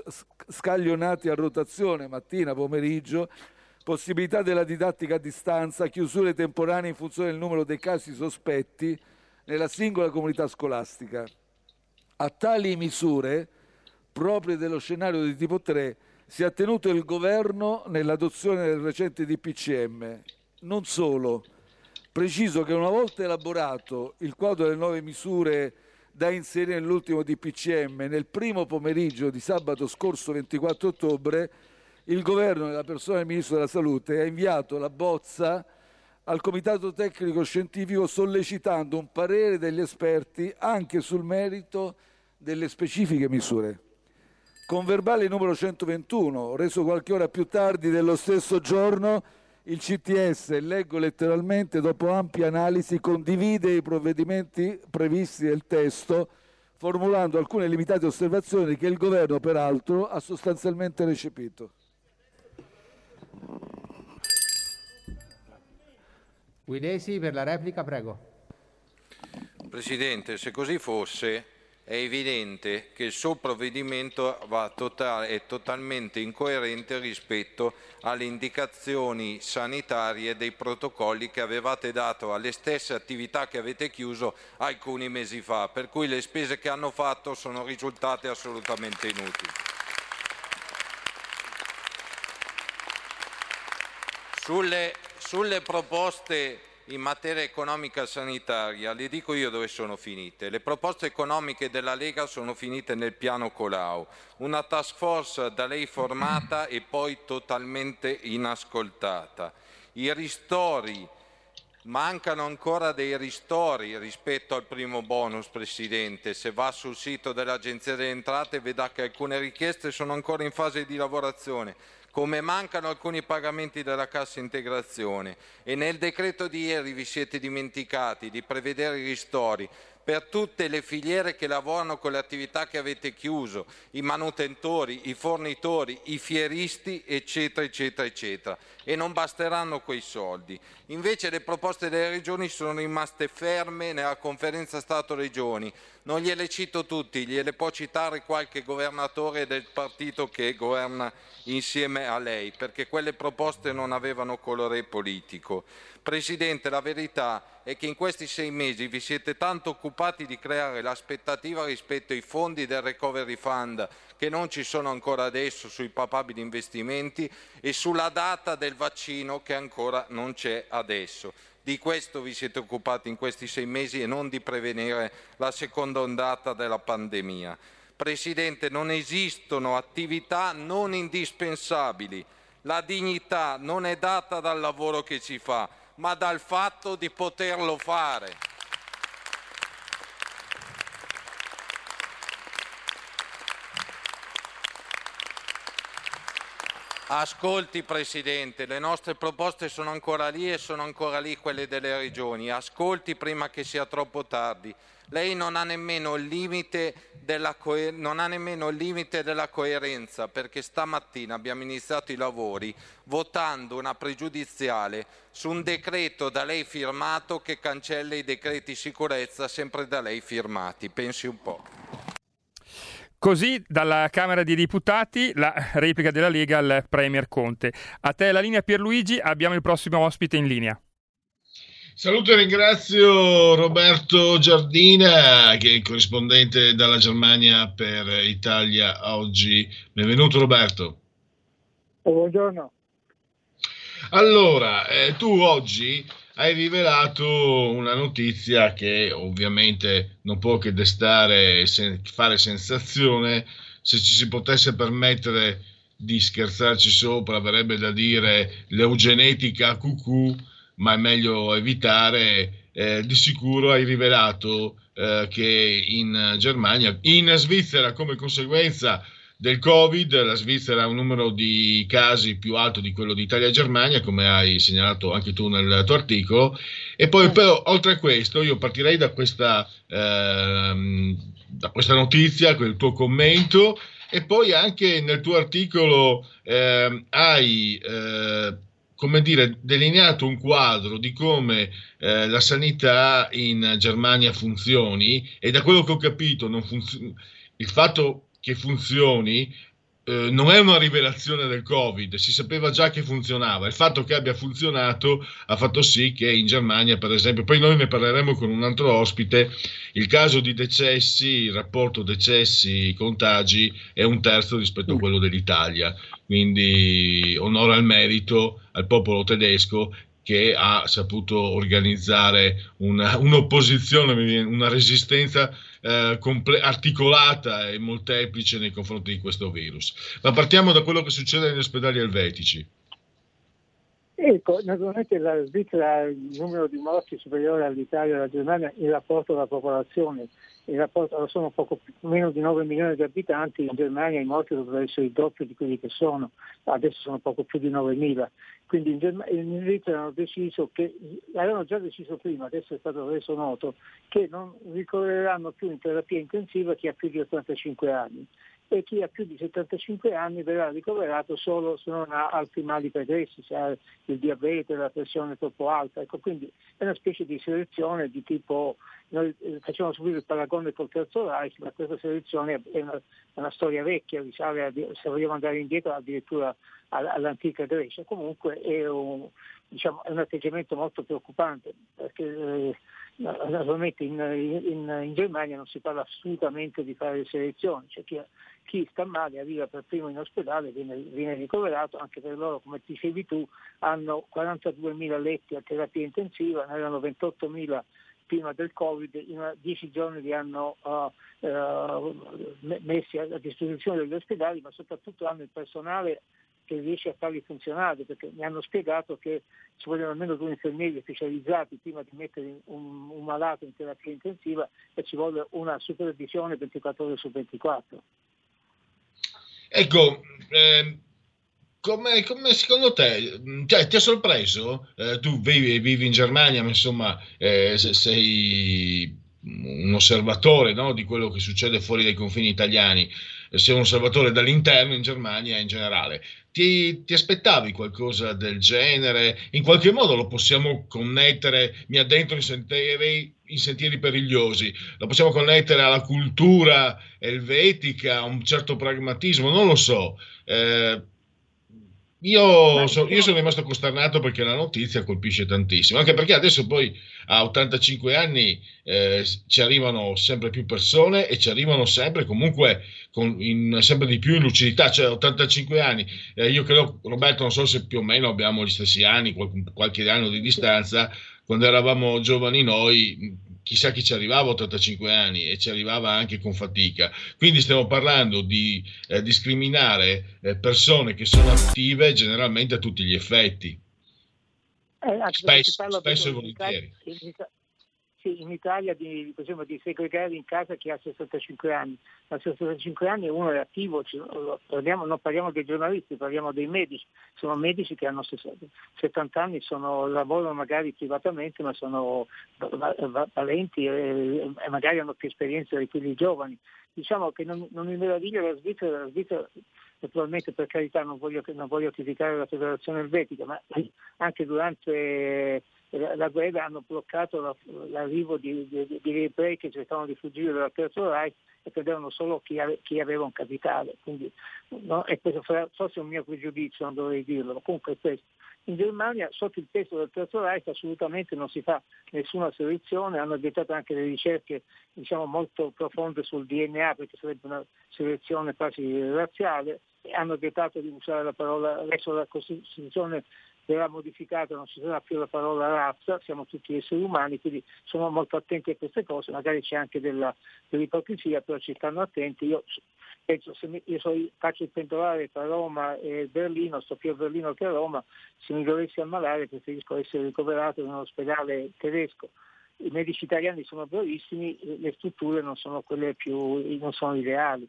scaglionate a rotazione, mattina, pomeriggio, possibilità della didattica a distanza, chiusure temporanee in funzione del numero dei casi sospetti nella singola comunità scolastica. A tali misure, proprie dello scenario di tipo tre, si è attenuto il Governo nell'adozione del recente D P C M. Non solo. Preciso che una volta elaborato il quadro delle nuove misure da inserire nell'ultimo D P C M, nel primo pomeriggio di sabato scorso ventiquattro ottobre, il Governo, nella persona del Ministro della Salute, ha inviato la bozza al Comitato Tecnico Scientifico sollecitando un parere degli esperti anche sul merito delle specifiche misure. Con verbale numero centoventuno, reso qualche ora più tardi dello stesso giorno, il C T S, leggo letteralmente, dopo ampia analisi, condivide i provvedimenti previsti nel testo, formulando alcune limitate osservazioni che il Governo, peraltro, ha sostanzialmente recepito. Guidesi per la replica, prego. Presidente, se così fosse, è evidente che il suo provvedimento va total- è totalmente incoerente rispetto alle indicazioni sanitarie dei protocolli che avevate dato alle stesse attività che avete chiuso alcuni mesi fa, per cui le spese che hanno fatto sono risultate assolutamente inutili. Sulle, sulle proposte in materia economica sanitaria, le dico io dove sono finite. Le proposte economiche della Lega sono finite nel piano Colau, una task force da lei formata e poi totalmente inascoltata. I ristori, mancano ancora dei ristori rispetto al primo bonus, Presidente. Se va sul sito dell'Agenzia delle Entrate vedrà che alcune richieste sono ancora in fase di lavorazione, come mancano alcuni pagamenti della cassa integrazione, e nel decreto di ieri vi siete dimenticati di prevedere i ristori per tutte le filiere che lavorano con le attività che avete chiuso, i manutentori, i fornitori, i fieristi, eccetera, eccetera, eccetera. E non basteranno quei soldi. Invece le proposte delle regioni sono rimaste ferme nella conferenza Stato-Regioni. Non gliele cito tutti, gliele può citare qualche governatore del partito che governa insieme a lei, perché quelle proposte non avevano colore politico. Presidente, la verità è che in questi sei mesi vi siete tanto occupati di creare l'aspettativa rispetto ai fondi del Recovery Fund, che non ci sono ancora adesso, sui papabili investimenti, e sulla data del vaccino che ancora non c'è adesso. Di questo vi siete occupati in questi sei mesi e non di prevenire la seconda ondata della pandemia. Presidente, non esistono attività non indispensabili. La dignità non è data dal lavoro che si fa, ma dal fatto di poterlo fare. Ascolti, Presidente, le nostre proposte sono ancora lì e sono ancora lì quelle delle regioni. Ascolti prima che sia troppo tardi. Lei non ha nemmeno il limite della, coe- non ha nemmeno il limite della coerenza, perché stamattina abbiamo iniziato i lavori votando una pregiudiziale su un decreto da lei firmato che cancella i decreti sicurezza sempre da lei firmati. Pensi un po'. Così dalla Camera dei Deputati la replica della Lega al Premier Conte. A te la linea, Pierluigi, abbiamo il prossimo ospite in linea. Saluto e ringrazio Roberto Giardina, che è il corrispondente dalla Germania per Italia Oggi. Benvenuto Roberto. Buongiorno. Allora, eh, tu oggi hai rivelato una notizia che ovviamente non può che destare, sen- fare sensazione. Se ci si potesse permettere di scherzarci sopra, avrebbe da dire l'eugenetica a cucù, ma è meglio evitare. Eh, di sicuro hai rivelato eh, che in Germania, in Svizzera, come conseguenza del Covid, la Svizzera ha un numero di casi più alto di quello di Italia e Germania, come hai segnalato anche tu nel tuo articolo. E poi però, oltre a questo, io partirei da questa, ehm, da questa notizia, quel tuo commento, e poi anche nel tuo articolo ehm, hai eh, come dire, delineato un quadro di come eh, la sanità in Germania funzioni, e da quello che ho capito non funziona. Il fatto che funzioni eh, non è una rivelazione del Covid, si sapeva già che funzionava. Il fatto che abbia funzionato ha fatto sì che in Germania, per esempio, poi noi ne parleremo con un altro ospite, il caso di decessi, il rapporto decessi-contagi è un terzo rispetto a quello dell'Italia, quindi onore al merito al popolo tedesco che ha saputo organizzare una, un'opposizione, una resistenza eh, comple- articolata e molteplice nei confronti di questo virus. Ma partiamo da quello che succede negli ospedali elvetici. Ecco, naturalmente la Svizzera ha il numero di morti superiore all'Italia e alla Germania in rapporto alla popolazione. In rapporto, sono poco più, meno di nove milioni di abitanti, in Germania i morti dovrebbero essere il doppio di quelli che sono, adesso sono poco più di novemila. Quindi in, Germ- in Svizzera hanno deciso che, avevano già deciso prima, adesso è stato reso noto, che non ricorreranno più in terapia intensiva chi ha più di ottantacinque anni. e chi ha più di settantacinque anni verrà ricoverato solo se non ha altri mali pregressi, se ha il diabete, la pressione troppo alta. Ecco, quindi è una specie di selezione di tipo, noi facciamo subire il paragone col Terzo Reich, ma questa selezione è una, è una storia vecchia, risale a, se vogliamo andare indietro addirittura all'antica Grecia. Comunque è un, diciamo, è un atteggiamento molto preoccupante, perché eh, naturalmente in, in, in Germania non si parla assolutamente di fare selezioni, cioè chi, chi sta male arriva per primo in ospedale, viene, viene ricoverato, anche per loro, come dicevi tu, hanno quarantaduemila letti a terapia intensiva, ne erano ventottomila prima del Covid, in dieci giorni li hanno uh, uh, messi a disposizione degli ospedali, ma soprattutto hanno il personale che riesce a farli funzionare, perché mi hanno spiegato che ci vogliono almeno due infermieri specializzati prima di mettere un, un malato in terapia intensiva, e ci vuole una supervisione ventiquattro ore su ventiquattro. Ecco, eh, come, come secondo te, cioè, ti ha sorpreso? Eh, tu vivi, vivi in Germania, ma insomma eh, sei un osservatore, no, di quello che succede fuori dai confini italiani, sei un osservatore dall'interno in Germania in generale. Ti, ti aspettavi qualcosa del genere? In qualche modo lo possiamo connettere, mi addentro in sentieri, in sentieri perigliosi, lo possiamo connettere alla cultura elvetica, a un certo pragmatismo, non lo so. Eh, Io, so, io sono rimasto costernato perché la notizia colpisce tantissimo, anche perché adesso poi a ottantacinque anni eh, ci arrivano sempre più persone e ci arrivano sempre comunque con in, sempre di più in lucidità, cioè ottantacinque anni, eh, io credo, Roberto, non so se più o meno abbiamo gli stessi anni, qualche, qualche anno di distanza, quando eravamo giovani noi, chissà chi ci arrivava a ottantacinque anni, e ci arrivava anche con fatica. Quindi stiamo parlando di eh, discriminare eh, persone che sono attive generalmente a tutti gli effetti, eh, spesso, spesso e volentieri. Sì, in Italia di, diciamo, di segregare in casa chi ha sessantacinque anni. A sessantacinque anni uno è attivo, ci, parliamo, non parliamo dei giornalisti, parliamo dei medici. Sono medici che hanno settanta anni, sono, lavorano magari privatamente, ma sono valenti e, e magari hanno più esperienza di quelli giovani. Diciamo che non, non mi meraviglia la Svizzera, la Svizzera naturalmente, per carità, non voglio, non voglio criticare la federazione elvetica, ma anche durante la guerra hanno bloccato l'arrivo di, di, di ebrei che cercavano di fuggire dal Terzo Reich e prendevano solo chi, ave, chi aveva un capitale. Quindi, no, e questo forse è un mio pregiudizio, non dovrei dirlo, ma comunque è questo. In Germania, sotto il peso del Terzo Reich, assolutamente non si fa nessuna selezione, hanno vietato anche le ricerche, diciamo, molto profonde sul D N A, perché sarebbe una selezione quasi razziale, e hanno vietato di usare la parola, adesso la Costituzione verrà modificata, non ci sarà più la parola razza, siamo tutti esseri umani, quindi sono molto attenti a queste cose, magari c'è anche della, dell'ipocrisia, però ci stanno attenti. Io penso, se mi, io so, faccio il pendolare tra Roma e Berlino, sto più a Berlino che a Roma, se mi dovessi ammalare preferisco essere ricoverato in un ospedale tedesco. I medici italiani sono bravissimi, le strutture non sono quelle più, non sono ideali.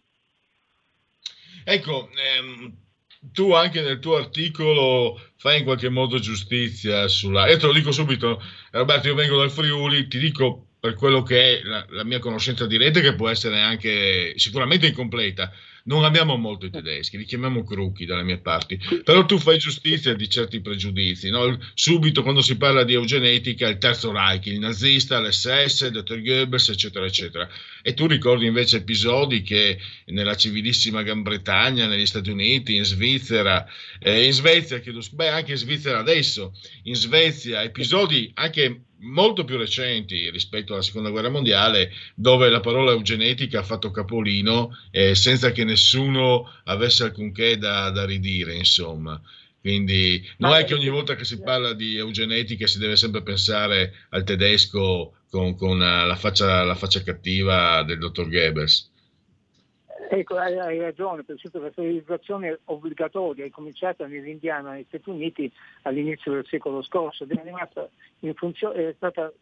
Ecco, ehm, tu anche nel tuo articolo fai in qualche modo giustizia sulla... Io te lo dico subito, Roberto, io vengo dal Friuli, ti dico per quello che è la, la mia conoscenza di rete, che può essere anche sicuramente incompleta. Non abbiamo molto i tedeschi, li chiamiamo crucchi dalle mie parti, però tu fai giustizia di certi pregiudizi, no? Subito quando si parla di eugenetica, il Terzo Reich, il nazista, l'esse esse, il dottor Goebbels, eccetera, eccetera. E tu ricordi invece episodi che nella civilissima Gran Bretagna, negli Stati Uniti, in Svizzera, eh, in Svezia, chiedo, beh, anche in Svizzera adesso, in Svezia, episodi anche molto più recenti rispetto alla Seconda Guerra Mondiale, dove la parola eugenetica ha fatto capolino eh, senza che nessuno avesse alcunché da, da ridire, insomma. Quindi non è che ogni volta che si parla di eugenetica si deve sempre pensare al tedesco con, con la, faccia, la faccia cattiva del dottor Goebbels. Ecco, hai, hai ragione, per esempio la sterilizzazione obbligatoria è cominciata nell'Indiana negli Stati Uniti all'inizio del secolo scorso ed è rimasta in funzione, è stata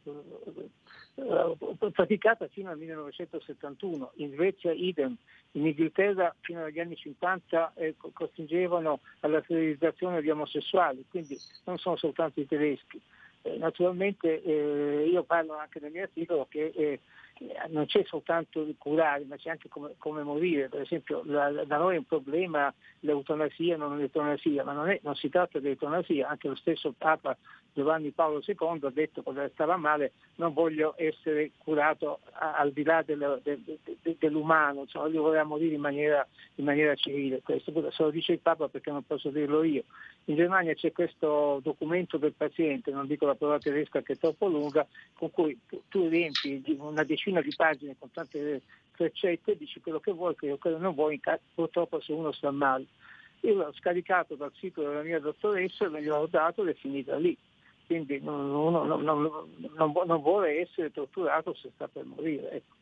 uh, praticata fino al millenovecentosettantuno, in Svezia idem, in Inghilterra fino agli anni cinquanta eh, costringevano alla sterilizzazione di omosessuali, quindi non sono soltanto i tedeschi. Eh, naturalmente eh, io parlo anche nel mio articolo che eh, non c'è soltanto il curare, ma c'è anche come, come morire. Per esempio la, da noi è un problema l'eutanasia, non l'eutanasia, ma non, è, non si tratta di eutanasia. Anche lo stesso Papa Giovanni Paolo secondo ha detto quando stava male: non voglio essere curato a, al di là del, del, del, dell'umano, cioè io vorrei morire in maniera, in maniera civile. Questo se lo dice il Papa perché non posso dirlo io. In Germania c'è questo documento del paziente, non dico la parola tedesca che è troppo lunga, con cui tu, tu riempi una decina di pagine con tante freccette e dici quello che vuoi, quello che non vuoi, purtroppo se uno sta male. Io l'ho scaricato dal sito della mia dottoressa, me gliel'ho dato ed è finita lì. Quindi uno non, non, non, non vuole essere torturato se sta per morire. Ecco.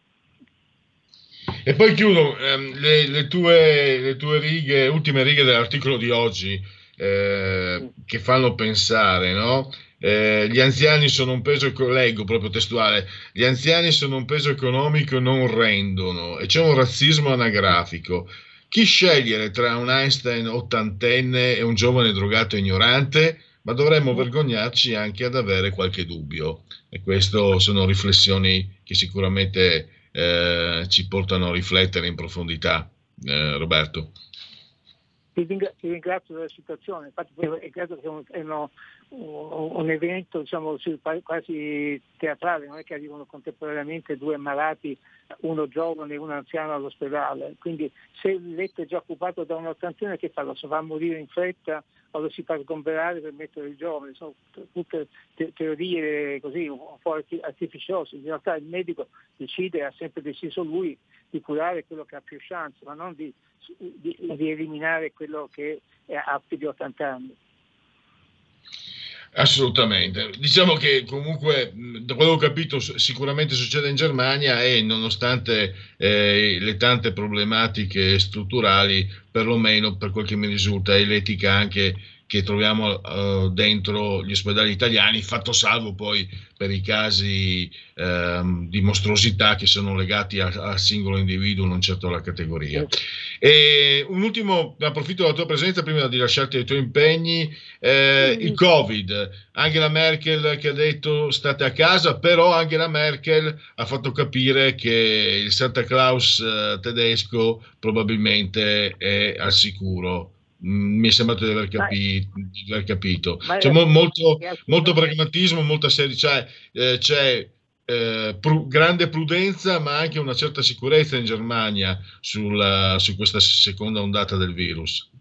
E poi chiudo ehm, le, le, tue, le tue righe, ultime righe dell'articolo di oggi, eh, che fanno pensare, no? Eh, gli anziani sono un peso, leggo proprio testuale, gli anziani sono un peso economico e non rendono, e c'è un razzismo anagrafico. Chi scegliere tra un Einstein ottantenne e un giovane drogato ignorante? Ma dovremmo vergognarci anche ad avere qualche dubbio. E queste sono riflessioni che sicuramente eh, ci portano a riflettere in profondità. Eh, Roberto. Ti ringrazio della citazione, infatti credo che è un, un, un evento diciamo, quasi teatrale, non è che arrivano contemporaneamente due malati, uno giovane e uno anziano all'ospedale, quindi se il letto è già occupato da un ottantenne, che fa? Lo si va a morire in fretta o lo si fa sgomberare per mettere il giovane? Sono tutte te- teorie così un po' artificiose. In realtà il medico decide, ha sempre deciso lui di curare quello che ha più chance, ma non di, di, di eliminare quello che ha più di ottanta anni. Assolutamente, diciamo che comunque da quello che ho capito sicuramente succede in Germania e nonostante eh, le tante problematiche strutturali, perlomeno per quel che mi risulta è l'etica anche che troviamo uh, dentro gli ospedali italiani, fatto salvo poi per i casi uh, di mostruosità che sono legati al singolo individuo, non certo alla categoria. E un ultimo, approfitto della tua presenza prima di lasciarti ai tuoi impegni, eh, il Covid, Angela Merkel che ha detto state a casa, però Angela Merkel ha fatto capire che il Santa Claus uh, tedesco probabilmente è al sicuro. Mi è sembrato di aver, capi- di aver capito. C'è mo- molto, molto pragmatismo, molta serie, cioè, eh, c'è eh, pru- grande prudenza, ma anche una certa sicurezza in Germania sulla, su questa seconda ondata del virus.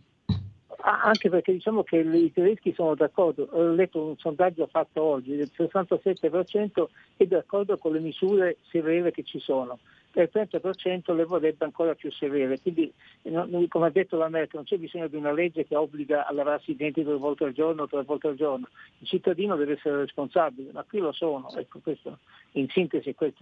Anche perché diciamo che i tedeschi sono d'accordo. Ho letto un sondaggio fatto oggi, il sessantasette per cento è d'accordo con le misure severe che ci sono. Il trenta per cento le vorrebbe ancora più severe, quindi come ha detto la Merkel non c'è bisogno di una legge che obbliga a lavarsi i denti due volte al giorno o tre volte al giorno, il cittadino deve essere responsabile, ma qui lo sono, ecco, questo in sintesi è questo,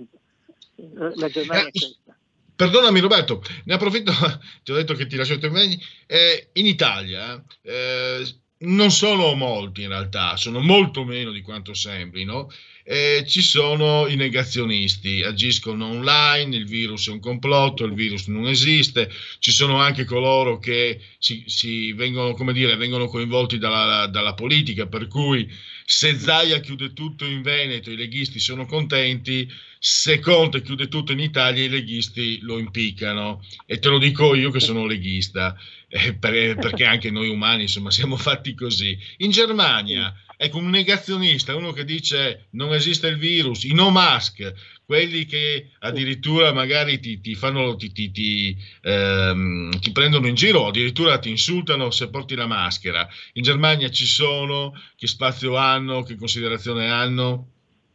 la Germania è questa. Perdonami Roberto, ne approfitto, ti ho detto che ti lascio i tuoi impegni, eh, in Italia eh, non sono molti in realtà, sono molto meno di quanto sembrino. Eh, ci sono i negazionisti, agiscono online, il virus è un complotto, il virus non esiste, ci sono anche coloro che si, si vengono, come dire, vengono coinvolti dalla, dalla politica, per cui se Zaia chiude tutto in Veneto i leghisti sono contenti, se Conte chiude tutto in Italia i leghisti lo impiccano, e te lo dico io che sono leghista, eh, per, perché anche noi umani insomma siamo fatti così. In Germania ecco, un negazionista, uno che dice non esiste il virus, i no mask, quelli che addirittura magari ti, ti fanno ti, ti, ti, ehm, ti prendono in giro o addirittura ti insultano se porti la maschera. In Germania ci sono, che spazio hanno, che considerazione hanno?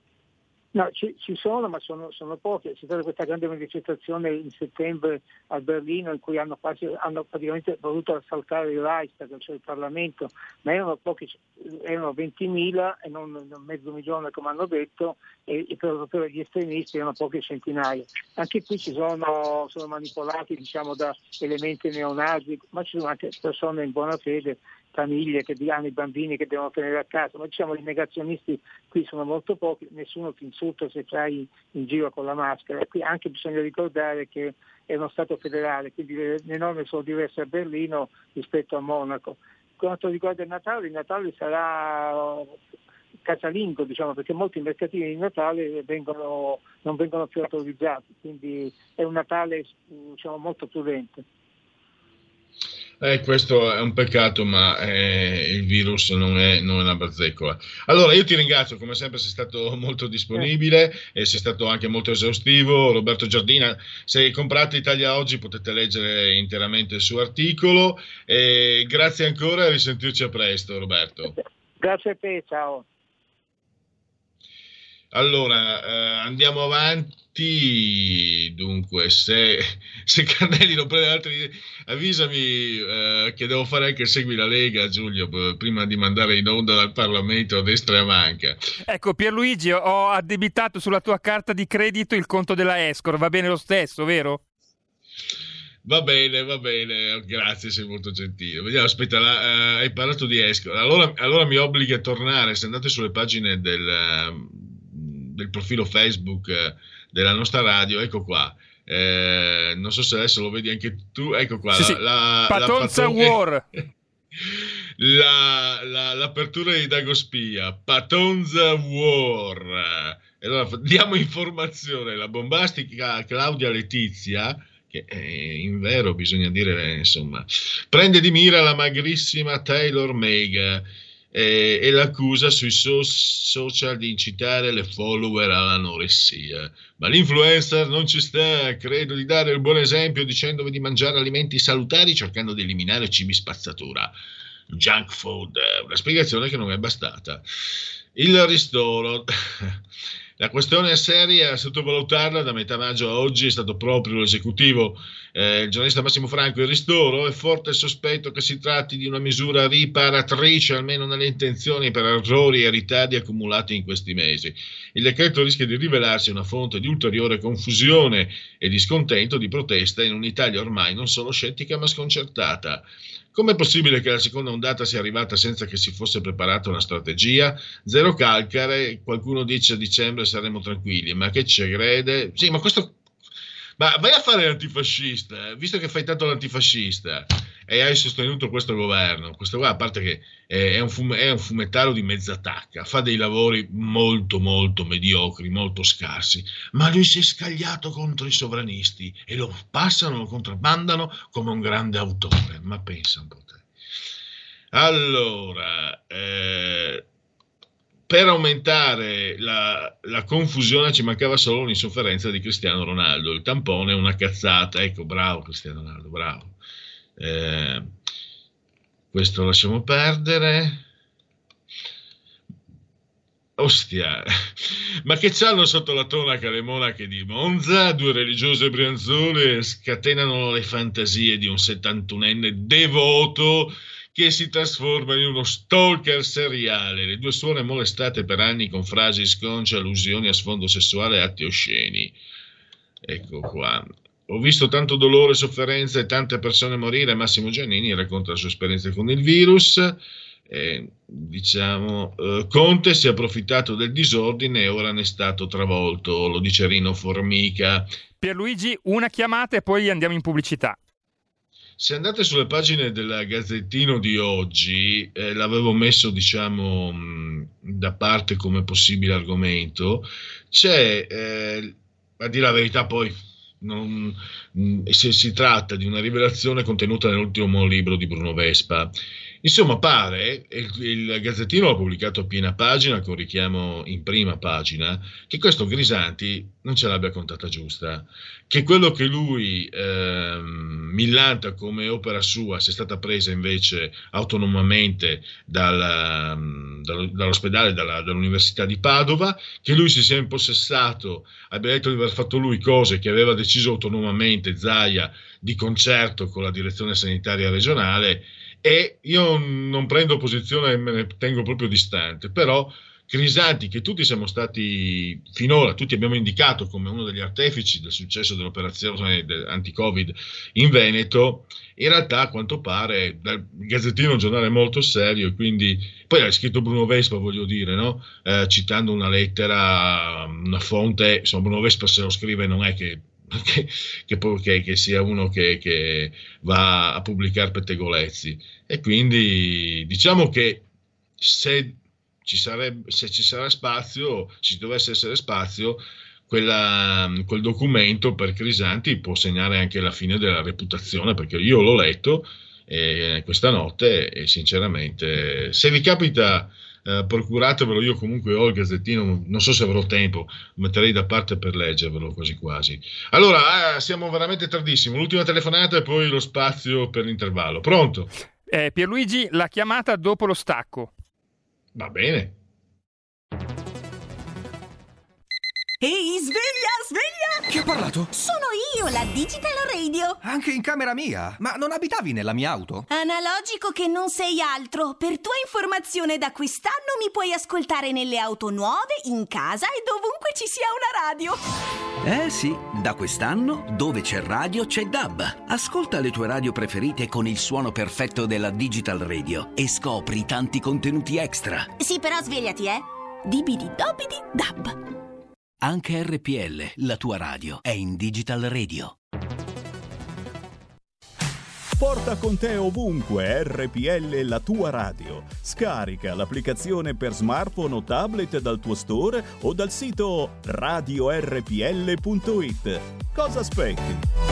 No, ci, ci sono, ma sono, sono poche. C'è stata questa grande manifestazione in settembre a Berlino in cui hanno, quasi, hanno praticamente voluto assaltare il Reichstag, cioè il Parlamento, ma erano pochi, erano ventimila e non, non mezzo milione come hanno detto, e, e per, per gli estremisti erano poche centinaia. Anche qui ci sono, sono manipolati diciamo da elementi neonazi, ma ci sono anche persone in buona fede, famiglie che hanno i bambini che devono tenere a casa, ma diciamo i negazionisti qui sono molto pochi, nessuno ti insulta se stai in giro con la maschera. Qui anche bisogna ricordare che è uno Stato federale, quindi le, le norme sono diverse a Berlino rispetto a Monaco. Quanto riguarda il Natale, il Natale sarà casalingo, diciamo, perché molti mercatini di Natale vengono, non vengono più autorizzati, quindi è un Natale, diciamo, molto prudente. Eh, questo è un peccato, ma eh, il virus non è, non è una barzeccola. Allora, io ti ringrazio, come sempre sei stato molto disponibile e sei stato anche molto esaustivo. Roberto Giardina, se comprate Italia Oggi potete leggere interamente il suo articolo. E grazie ancora e risentirci a presto, Roberto. Grazie a te, ciao. Allora, eh, andiamo avanti. Dunque, se, se Carnelli non prende altri, avvisami eh, che devo fare anche Segui la Lega, Giulio, prima di mandare in onda dal Parlamento a destra e a manca. Ecco, Pierluigi, ho addebitato sulla tua carta di credito il conto della Escor, va bene lo stesso, vero? Va bene, va bene, grazie, sei molto gentile. Vediamo, aspetta, la, uh, hai parlato di Escor, allora, allora mi obblighi a tornare, se andate sulle pagine del... Uh, del profilo Facebook della nostra radio, ecco qua, eh, non so se adesso lo vedi anche tu, ecco qua, sì, la, sì. la, Patonza la War, la, la, l'apertura di Dagospia, Patonza War. E allora diamo informazione, la bombastica Claudia Letizia, che eh, in vero bisogna dire, insomma, prende di mira la magrissima Taylor Meg E, e l'accusa sui so- social di incitare le follower all'anoressia. Ma l'influencer non ci sta, credo di dare il buon esempio dicendovi di mangiare alimenti salutari cercando di eliminare cibi spazzatura, junk food, una spiegazione che non è bastata. Il ristoro. La questione è seria, sottovalutarla da metà maggio a oggi è stato proprio l'esecutivo, eh, il giornalista Massimo Franco. Il ristoro è forte il sospetto che si tratti di una misura riparatrice, almeno nelle intenzioni, per errori e ritardi accumulati in questi mesi. Il decreto rischia di rivelarsi una fonte di ulteriore confusione e di scontento, di protesta in un'Italia ormai non solo scettica ma sconcertata. Com'è possibile che la seconda ondata sia arrivata senza che si fosse preparata una strategia? Zero calcare, qualcuno dice a dicembre saremo tranquilli, ma che ci crede? Sì, ma questo... Ma vai a fare l'antifascista, visto che fai tanto l'antifascista e hai sostenuto questo governo, questo qua, a parte che è un, fume, è un fumettario di mezza tacca, fa dei lavori molto molto mediocri, molto scarsi, ma lui si è scagliato contro i sovranisti e lo passano, lo contrabbandano come un grande autore, ma pensa un po' te. Allora, eh, per aumentare la, la confusione ci mancava solo un'insofferenza di Cristiano Ronaldo, il tampone è una cazzata, ecco, bravo Cristiano Ronaldo, bravo. Eh, questo lasciamo perdere. Ostia, ma che c'hanno sotto la tonaca le monache di Monza? Due religiose brianzole scatenano le fantasie di un settantunenne devoto che si trasforma in uno stalker seriale. Le due suore molestate per anni con frasi sconce, allusioni a sfondo sessuale e atti osceni. Ecco qua. Ho visto tanto dolore, sofferenza e tante persone morire. Massimo Giannini racconta la sua esperienza con il virus. Eh, diciamo, eh, Conte si è approfittato del disordine e ora ne è stato travolto, lo dice Rino Formica. Pierluigi, una chiamata e poi andiamo in pubblicità. Se andate sulle pagine del Gazzettino di oggi, eh, l'avevo messo, diciamo, mh, da parte come possibile argomento, c'è, eh, a dire la verità poi, non, mh, se si tratta di una rivelazione contenuta nell'ultimo libro di Bruno Vespa. Insomma, pare, il, il Gazzettino l'ha pubblicato a piena pagina, con richiamo in prima pagina, che questo Grisanti non ce l'abbia contata giusta, che quello che lui eh, millanta come opera sua sia stata presa invece autonomamente dal, dal, dall'ospedale, dalla, dall'Università di Padova, che lui si sia impossessato, abbia detto di aver fatto lui cose che aveva deciso autonomamente Zaia di concerto con la direzione sanitaria regionale. E io non prendo posizione e me ne tengo proprio distante, però Grisanti, che tutti siamo stati finora, tutti abbiamo indicato come uno degli artefici del successo dell'operazione anti-Covid in Veneto, in realtà a quanto pare dal Gazzettino è un giornale molto serio, e quindi poi ha scritto Bruno Vespa, voglio dire, no? Eh, citando una lettera, una fonte, insomma Bruno Vespa se lo scrive non è che Che, che, che sia uno che, che va a pubblicare pettegolezzi, e quindi diciamo che se ci sarebbe, se ci sarà spazio, ci dovesse essere spazio, quella, quel documento per Crisanti può segnare anche la fine della reputazione, perché io l'ho letto eh, questa notte e sinceramente, se vi capita, eh, procuratevelo. Io comunque ho il Gazzettino, non so se avrò tempo, lo metterei da parte per leggervelo quasi quasi. Allora, eh, siamo veramente tardissimo, l'ultima telefonata e poi lo spazio per l'intervallo. Pronto? Eh, Pierluigi, la chiamata dopo lo stacco. Va bene. Ehi, sveglia, sveglia! Chi ha parlato? Sono io, la Digital Radio. Anche in camera mia? Ma non abitavi nella mia auto? Analogico che non sei altro. Per tua informazione, da quest'anno mi puoi ascoltare nelle auto nuove, in casa e dovunque ci sia una radio. Eh sì, da quest'anno dove c'è radio c'è D A B. Ascolta le tue radio preferite con il suono perfetto della Digital Radio e scopri tanti contenuti extra. Sì, però svegliati, eh. Dibidi dobidi D A B. Anche R P L, la tua radio, è in Digital Radio. Porta con te ovunque R P L, la tua radio. Scarica l'applicazione per smartphone o tablet dal tuo store o dal sito radio erre pi elle punto it. Cosa aspetti?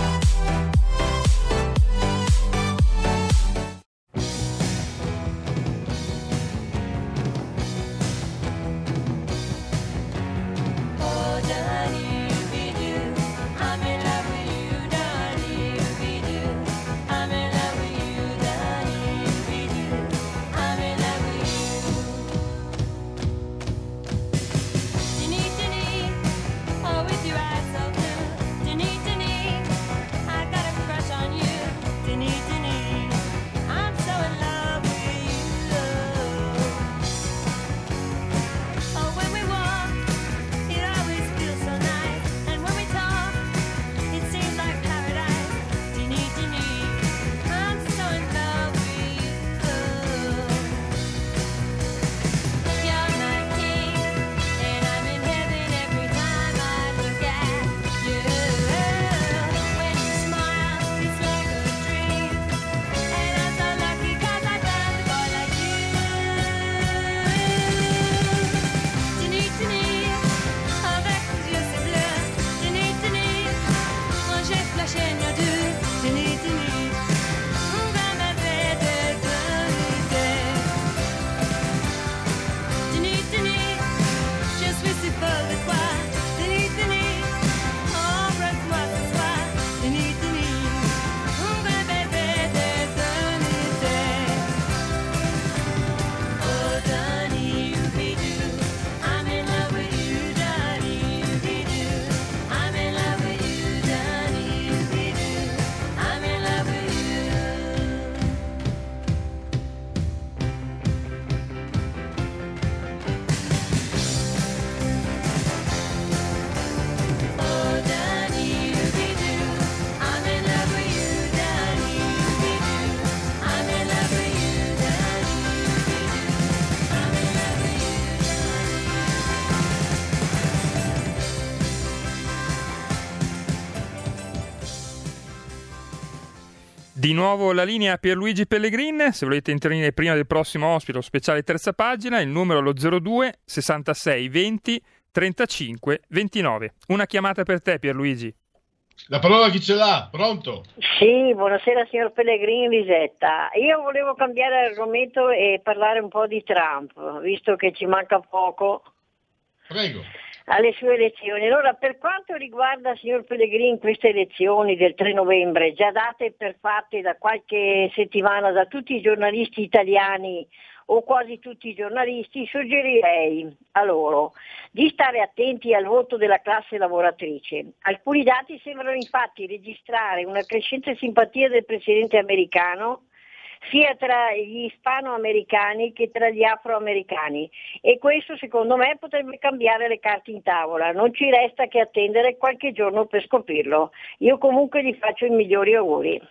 Di nuovo la linea Pierluigi Pellegrin, se volete intervenire prima del prossimo ospite o speciale terza pagina, il numero è lo zero due sessantasei venti trentacinque ventinove. Una chiamata per te, Pierluigi. La parola chi ce l'ha? Pronto? Sì, buonasera signor Pellegrini, Lisetta. Io volevo cambiare argomento e parlare un po' di Trump, visto che ci manca poco. Prego. Alle sue elezioni. Allora, per quanto riguarda, signor Pellegrini, queste elezioni del tre novembre, già date per fatte da qualche settimana da tutti i giornalisti italiani o quasi tutti i giornalisti, suggerirei a loro di stare attenti al voto della classe lavoratrice. Alcuni dati sembrano infatti registrare una crescente simpatia del presidente americano sia tra gli ispanoamericani che tra gli afroamericani, e questo secondo me potrebbe cambiare le carte in tavola. Non ci resta che attendere qualche giorno per scoprirlo. Io comunque gli faccio i migliori auguri,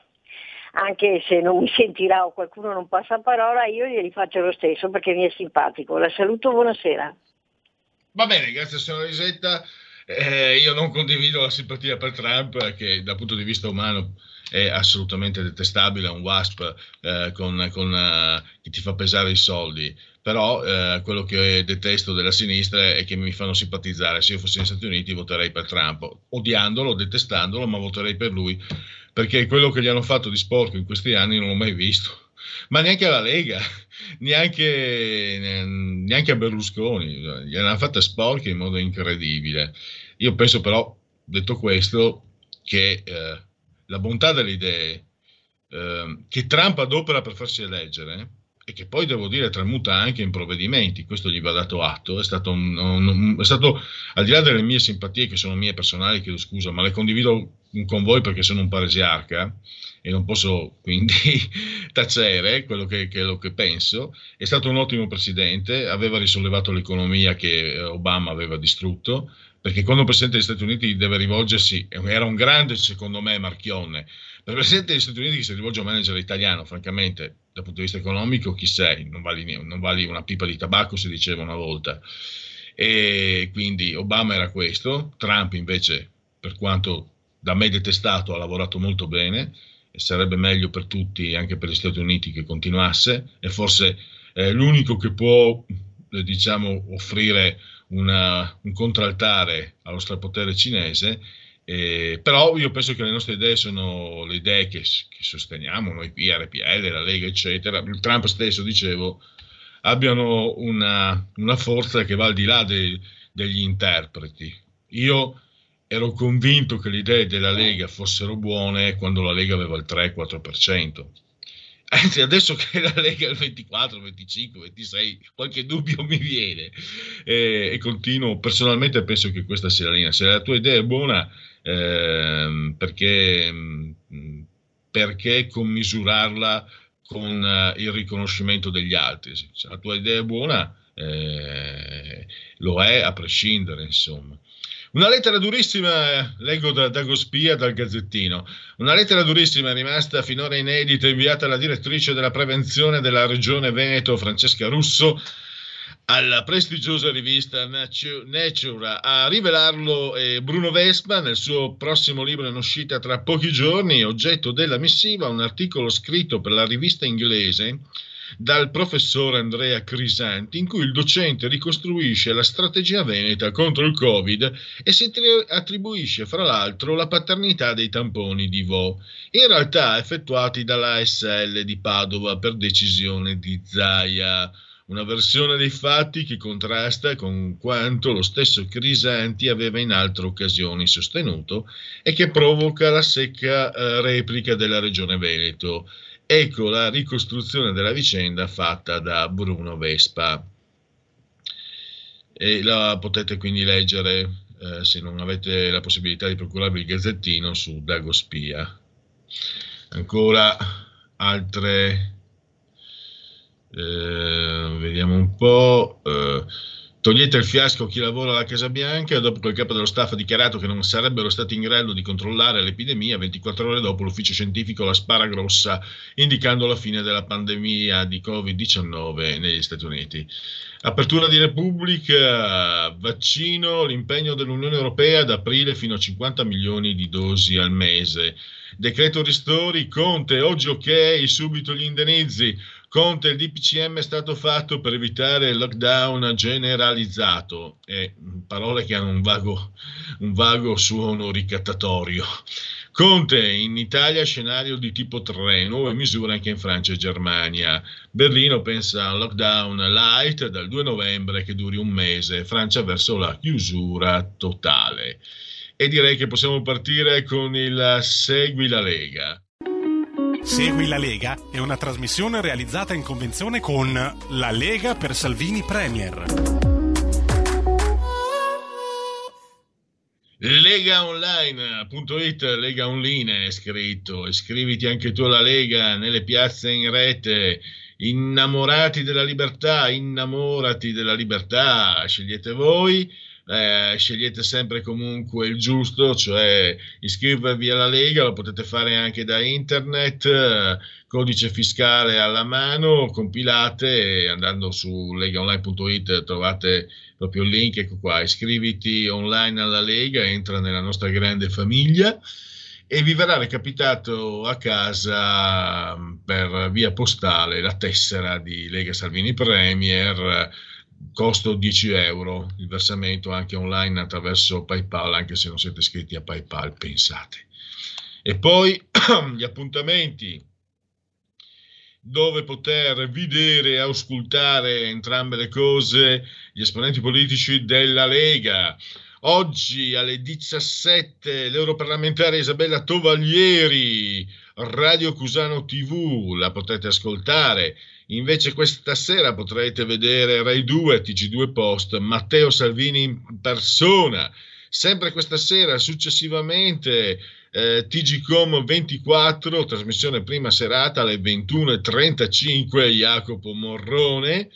anche se non mi sentirà o qualcuno non passa parola, io glieli faccio lo stesso perché mi è simpatico. La saluto, buonasera. Va bene, grazie signora Lisetta. eh, io non condivido la simpatia per Trump, che dal punto di vista umano è assolutamente detestabile, è un wasp eh, con, con, uh, che ti fa pesare i soldi. Però eh, quello che detesto della sinistra è che mi fanno simpatizzare. Se io fossi negli Stati Uniti voterei per Trump, odiandolo, detestandolo, ma voterei per lui, perché quello che gli hanno fatto di sporco in questi anni non l'ho mai visto. Ma neanche alla Lega, neanche, neanche a Berlusconi, gli hanno fatte sporche in modo incredibile. Io penso però, detto questo, che eh, la bontà delle idee eh, che Trump adopera per farsi eleggere, e che poi devo dire tramuta anche in provvedimenti, questo gli va dato atto, è stato, un, un, è stato al di là delle mie simpatie, che sono mie personali, chiedo scusa, ma le condivido con voi perché sono un paresiarca e non posso quindi tacere quello che, che, lo che penso. È stato un ottimo presidente, aveva risollevato l'economia che Obama aveva distrutto, perché quando il presidente degli Stati Uniti deve rivolgersi, era un grande secondo me Marchionne, per il presidente degli Stati Uniti che si rivolge a un manager italiano, francamente, dal punto di vista economico, chi sei? Non vali, non vali una pipa di tabacco, si diceva una volta. E quindi Obama era questo, Trump invece, per quanto da me detestato, ha lavorato molto bene, e sarebbe meglio per tutti, anche per gli Stati Uniti, che continuasse, e forse è l'unico che può, eh, diciamo, offrire una, un contraltare allo strapotere cinese. Eh, però io penso che le nostre idee sono le idee che, che sosteniamo noi, P R P L, la Lega eccetera, il Trump stesso dicevo, abbiano una, una forza che va al di là dei, degli interpreti. Io ero convinto che le idee della Lega fossero buone quando la Lega aveva il tre quattro per cento. Anzi, adesso che la Lega è il ventiquattro, venticinque, ventisei, qualche dubbio mi viene, eh, e continuo, personalmente penso che questa sia la linea. Se la tua idea è buona, eh, perché, perché commisurarla con uh, il riconoscimento degli altri? Se la tua idea è buona, eh, lo è a prescindere, insomma. Una lettera durissima, leggo da Dagospia dal Gazzettino, una lettera durissima rimasta finora inedita, inviata alla direttrice della prevenzione della regione Veneto, Francesca Russo, alla prestigiosa rivista Nature. A rivelarlo è Bruno Vespa, nel suo prossimo libro in uscita tra pochi giorni, oggetto della missiva, un articolo scritto per la rivista inglese dal professore Andrea Crisanti, in cui il docente ricostruisce la strategia veneta contro il Covid e si attribuisce fra l'altro la paternità dei tamponi di Vo, in realtà effettuati dalla A S L di Padova per decisione di Zaia. Una versione dei fatti che contrasta con quanto lo stesso Crisanti aveva in altre occasioni sostenuto e che provoca la secca eh, replica della regione Veneto. Ecco la ricostruzione della vicenda fatta da Bruno Vespa. E la potete quindi leggere, eh, se non avete la possibilità di procurarvi il Gazzettino, su Dagospia. Ancora altre, eh, vediamo un po'. Eh, Togliete il fiasco a chi lavora alla Casa Bianca. Dopo che il capo dello staff ha dichiarato che non sarebbero stati in grado di controllare l'epidemia, ventiquattro ore dopo l'ufficio scientifico la spara grossa, indicando la fine della pandemia di covid diciannove negli Stati Uniti. Apertura di Repubblica, vaccino, l'impegno dell'Unione Europea ad aprile fino a cinquanta milioni di dosi al mese. Decreto ristori, Conte, oggi ok, subito gli indennizzi. Conte, il D P C M è stato fatto per evitare il lockdown generalizzato, e parole che hanno un vago, un vago suono ricattatorio. Conte, in Italia scenario di tipo tre, nuove misure anche in Francia e Germania. Berlino pensa a un lockdown light dal due novembre che duri un mese, Francia verso la chiusura totale. E direi che possiamo partire con il Segui la Lega. Segui la Lega è una trasmissione realizzata in convenzione con La Lega per Salvini Premier. Legaonline punto it, Lega Online è scritto. Iscriviti anche tu alla Lega nelle piazze in rete. Innamorati della libertà, innamorati della libertà, scegliete voi. eh, scegliete sempre comunque il giusto, cioè iscrivervi alla Lega, lo potete fare anche da internet, eh, codice fiscale alla mano, compilate e andando su legaonline punto it trovate proprio il link, ecco qua, iscriviti online alla Lega, entra nella nostra grande famiglia e vi verrà recapitato a casa per via postale la tessera di Lega Salvini Premier, costo dieci euro, il versamento anche online attraverso PayPal, anche se non siete iscritti a PayPal, pensate. E poi gli appuntamenti dove poter vedere e auscultare entrambe le cose, gli esponenti politici della Lega. Oggi alle diciassette l'europarlamentare Isabella Tovaglieri, Radio Cusano tivù, la potete ascoltare. Invece questa sera potrete vedere Rai due, T G due Post, Matteo Salvini in persona. Sempre questa sera, successivamente, eh, T G Com ventiquattro, trasmissione prima serata alle ventuno e trentacinque, Jacopo Morrone.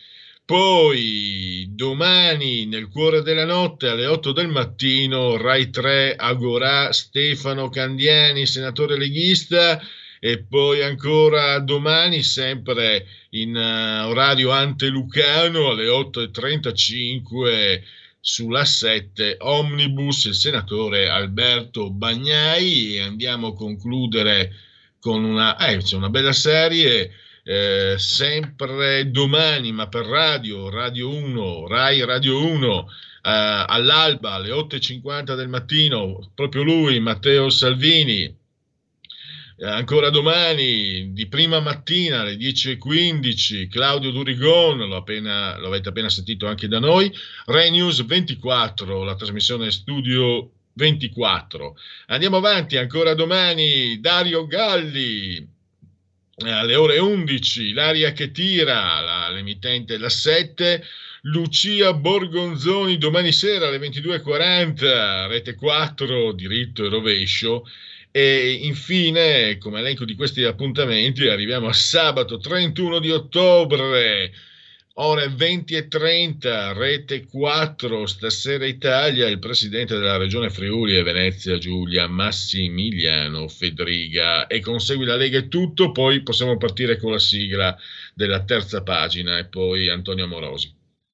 Poi domani nel cuore della notte alle otto del mattino Rai tre Agorà, Stefano Candiani, senatore leghista, e poi ancora domani sempre in uh, orario antelucano alle otto e trentacinque sulla sette Omnibus, il senatore Alberto Bagnai. E andiamo a concludere con una, eh, c'è una bella serie. Eh, sempre domani, ma per radio, Radio uno, Rai Radio uno, eh, all'alba alle otto e cinquanta del mattino, proprio lui, Matteo Salvini. Eh, ancora domani, di prima mattina alle dieci e quindici, Claudio Durigon, l'ho appena, lo avete appena sentito anche da noi, Rai News ventiquattro, la trasmissione Studio ventiquattro. Andiamo avanti, ancora domani, Dario Galli, alle ore undici, L'aria che tira, la, l'emittente La sette, Lucia Borgonzoni domani sera alle ventidue e quaranta, Rete quattro, Diritto e Rovescio. E infine, come elenco di questi appuntamenti, arriviamo a sabato trentuno di ottobre, ore venti e trenta, Rete quattro, Stasera Italia, il presidente della regione Friuli e Venezia Giulia, Massimiliano Fedriga. E con Segui la Lega è tutto, poi possiamo partire con la sigla della terza pagina e poi Antonio Amorosi.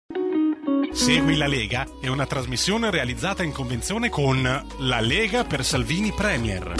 Segui la Lega è una trasmissione realizzata in convenzione con La Lega per Salvini Premier.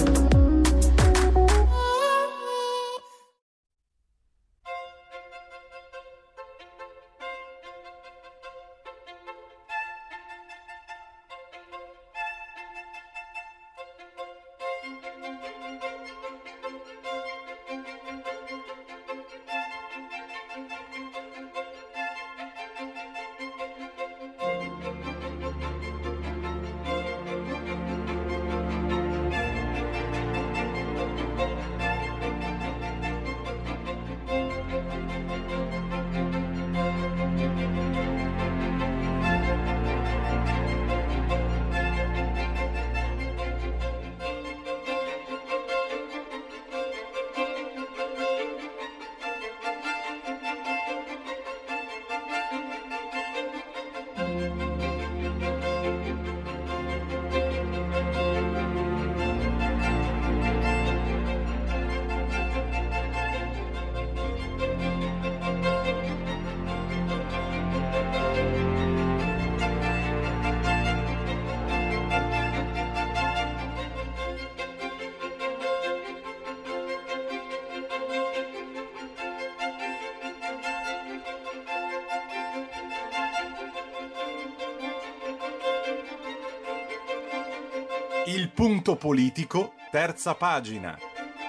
Il punto politico, terza pagina.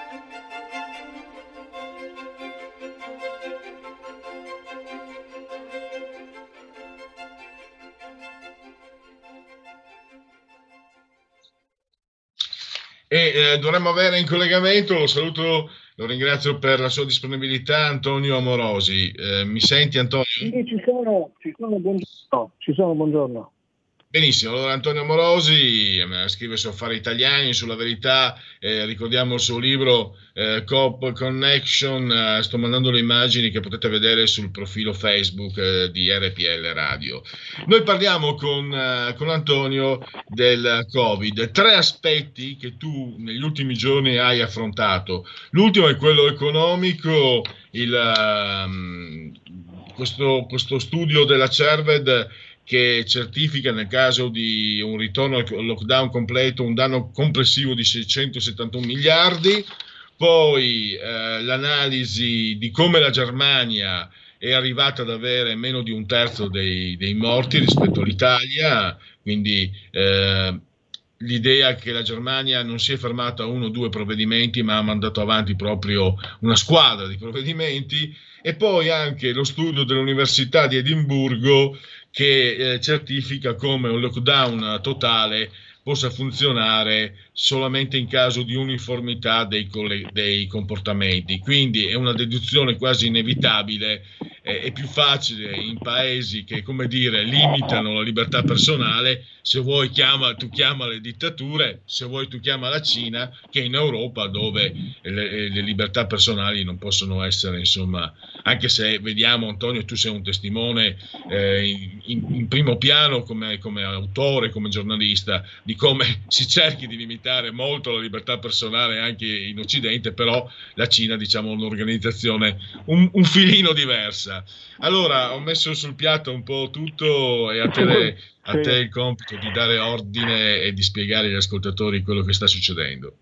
E eh, dovremmo avere in collegamento, lo saluto, lo ringrazio per la sua disponibilità, Antonio Amorosi. Eh, mi senti, Antonio? Sì, ci sono, ci sono, buongiorno. Ci sono, buongiorno. Benissimo, allora Antonio Morosi eh, scrive su Affari Italiani, sulla Verità, eh, ricordiamo il suo libro eh, Coop Connection, eh, sto mandando le immagini che potete vedere sul profilo Facebook eh, di R P L Radio. Noi parliamo con, eh, con Antonio del Covid, tre aspetti che tu negli ultimi giorni hai affrontato. L'ultimo è quello economico, il, um, questo, questo studio della Cerved che certifica nel caso di un ritorno al lockdown completo un danno complessivo di seicentosettantuno miliardi, poi eh, l'analisi di come la Germania è arrivata ad avere meno di un terzo dei, dei morti rispetto all'Italia, quindi eh, l'idea che la Germania non si è fermata a uno o due provvedimenti ma ha mandato avanti proprio una squadra di provvedimenti, e poi anche lo studio dell'Università di Edimburgo che eh, certifica come un lockdown totale possa funzionare solamente in caso di uniformità dei, dei comportamenti. Quindi è una deduzione quasi inevitabile, eh, è più facile in paesi che, come dire, limitano la libertà personale, se vuoi chiama, tu chiama le dittature, se vuoi tu chiama la Cina, che in Europa dove le, le libertà personali non possono essere, insomma, anche se vediamo, Antonio, tu sei un testimone eh, in, in primo piano come, come autore, come giornalista, di come si cerchi di limitare molto la libertà personale anche in Occidente, però la Cina, diciamo, è un'organizzazione un, un filino diversa. Allora, ho messo sul piatto un po' tutto e a te, le, a te il compito di dare ordine e di spiegare agli ascoltatori quello che sta succedendo.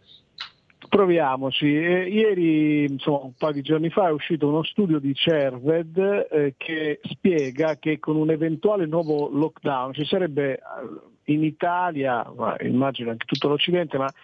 Proviamoci. Eh, ieri, insomma, un paio di giorni fa, è uscito uno studio di Cerved eh, che spiega che con un eventuale nuovo lockdown ci sarebbe in Italia, ma immagino anche tutto l'Occidente, ma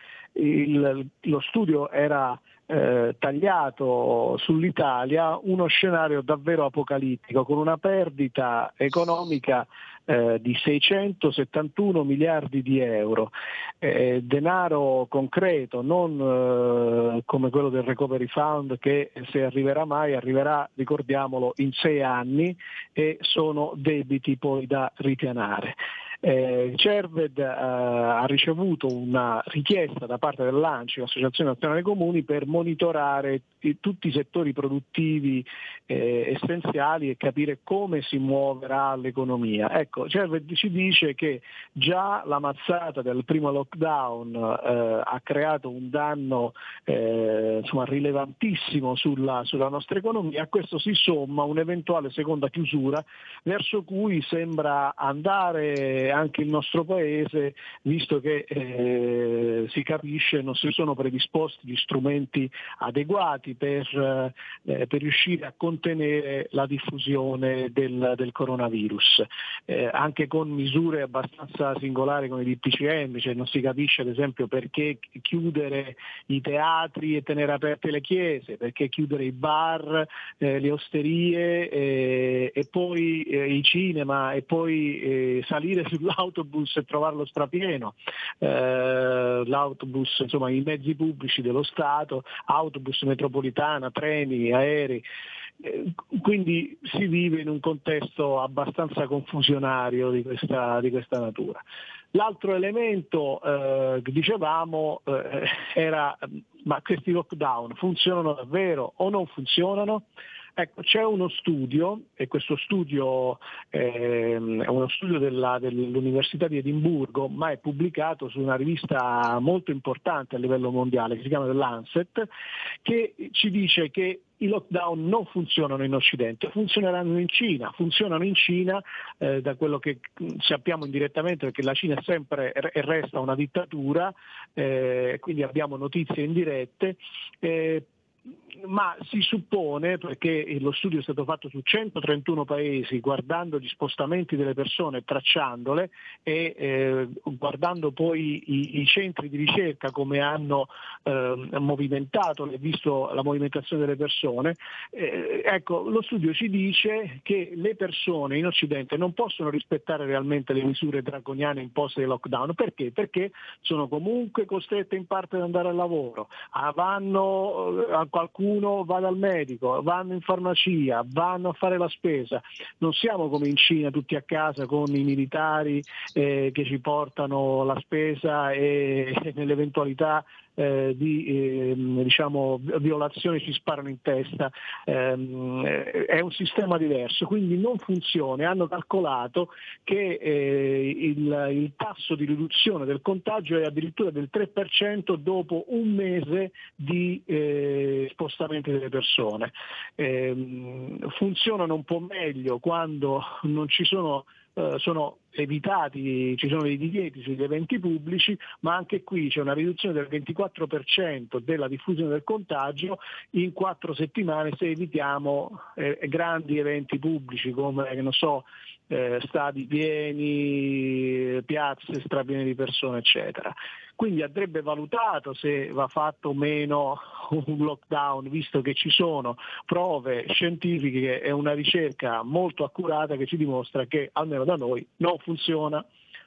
il, lo studio era eh, tagliato sull'Italia, uno scenario davvero apocalittico, con una perdita economica Eh, di seicentosettantuno miliardi di euro, eh, denaro concreto, non eh, come quello del Recovery Fund che, se arriverà mai, arriverà, ricordiamolo, in sei anni, e sono debiti poi da ripianare. Eh, Cerved eh, ha ricevuto una richiesta da parte dell'ANCI, l'Associazione Nazionale Comuni, per monitorare t- tutti i settori produttivi eh, essenziali e capire come si muoverà l'economia. Ecco, Cerved ci dice che già la mazzata del primo lockdown eh, ha creato un danno eh, insomma, rilevantissimo sulla, sulla nostra economia. A questo si somma un'eventuale seconda chiusura verso cui sembra andare anche il nostro paese, visto che eh, si capisce non si sono predisposti gli strumenti adeguati per, eh, per riuscire a contenere la diffusione del, del coronavirus, eh, anche con misure abbastanza singolari come i D P C M, cioè non si capisce ad esempio perché chiudere i teatri e tenere aperte le chiese, perché chiudere i bar, eh, le osterie eh, e poi eh, i cinema, e poi eh, salire sull'autobus e trovarlo strapieno, eh, l'autobus, insomma i mezzi pubblici dello Stato, autobus, metropolitana, treni, aerei. Eh, quindi si vive in un contesto abbastanza confusionario di questa, di questa natura. L'altro elemento eh, che dicevamo eh, era: ma questi lockdown funzionano davvero o non funzionano? Ecco, c'è uno studio, e questo studio eh, è uno studio della, dell'Università di Edimburgo, ma è pubblicato su una rivista molto importante a livello mondiale, che si chiama The Lancet, che ci dice che i lockdown non funzionano in Occidente, funzioneranno in Cina, funzionano in Cina eh, da quello che sappiamo indirettamente, perché la Cina è sempre e resta una dittatura, eh, quindi abbiamo notizie indirette, eh, ma si suppone, perché lo studio è stato fatto su centotrentuno paesi, guardando gli spostamenti delle persone, tracciandole e eh, guardando poi i, i centri di ricerca come hanno eh, movimentato e visto la movimentazione delle persone, eh, ecco, lo studio ci dice che le persone in Occidente non possono rispettare realmente le misure draconiane imposte dai lockdown. Perché? Perché sono comunque costrette in parte ad andare al lavoro, vanno qualcuno va dal medico, vanno in farmacia, vanno a fare la spesa. Non siamo come in Cina tutti a casa con i militari eh, che ci portano la spesa e, e nell'eventualità Eh, di eh, diciamo violazioni ci sparano in testa. Eh, è un sistema diverso, quindi non funziona. Hanno calcolato che eh, il, il tasso di riduzione del contagio è addirittura del tre per cento dopo un mese di eh, spostamenti delle persone. Eh, funzionano un po' meglio quando non ci sono Uh, sono evitati, ci sono dei divieti sugli eventi pubblici, ma anche qui c'è una riduzione del ventiquattro per cento della diffusione del contagio in quattro settimane se evitiamo eh, grandi eventi pubblici come, che non so, eh, stadi pieni, piazze strapiene di persone, eccetera. Quindi andrebbe valutato se va fatto o meno un lockdown, visto che ci sono prove scientifiche e una ricerca molto accurata che ci dimostra che almeno da noi non funziona.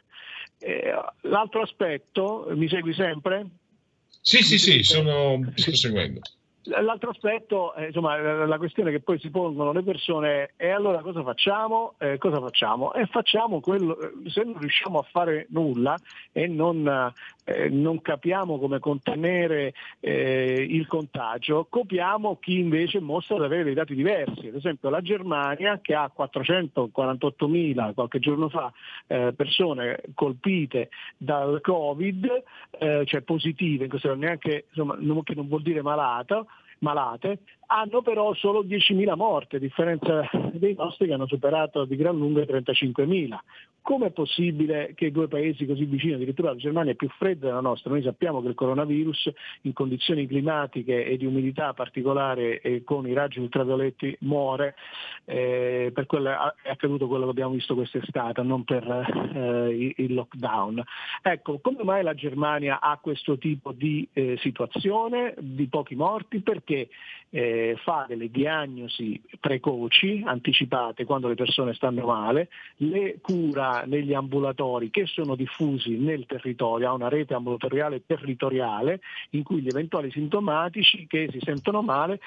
Eh, l'altro aspetto, mi segui sempre? Sì, sì, sì, sono, sto seguendo. L'altro aspetto, eh, insomma, la questione che poi si pongono le persone è: allora cosa facciamo? Eh, cosa facciamo? E facciamo quello, se non riusciamo a fare nulla e non, eh, non capiamo come contenere eh, il contagio, copiamo chi invece mostra di avere dei dati diversi. Ad esempio la Germania, che ha quattrocentoquarantottomila qualche giorno fa eh, persone colpite dal Covid, eh, cioè positive, in questo neanche, insomma, non, che non vuol dire malata, malate, hanno però solo diecimila morti, a differenza dei nostri che hanno superato di gran lunga i trentacinquemila. Come è possibile che due paesi così vicini, addirittura la Germania è più fredda della nostra, noi sappiamo che il coronavirus in condizioni climatiche e di umidità particolare e con i raggi ultravioletti muore, eh, per quello è accaduto quello che abbiamo visto quest'estate, non per eh, il lockdown. Ecco, come mai la Germania ha questo tipo di eh, situazione, di pochi morti? Perché eh, fa delle diagnosi precoci, anticipate, quando le persone stanno male, le cura negli ambulatori che sono diffusi nel territorio, ha una rete ambulatoriale territoriale in cui gli eventuali sintomatici che si sentono male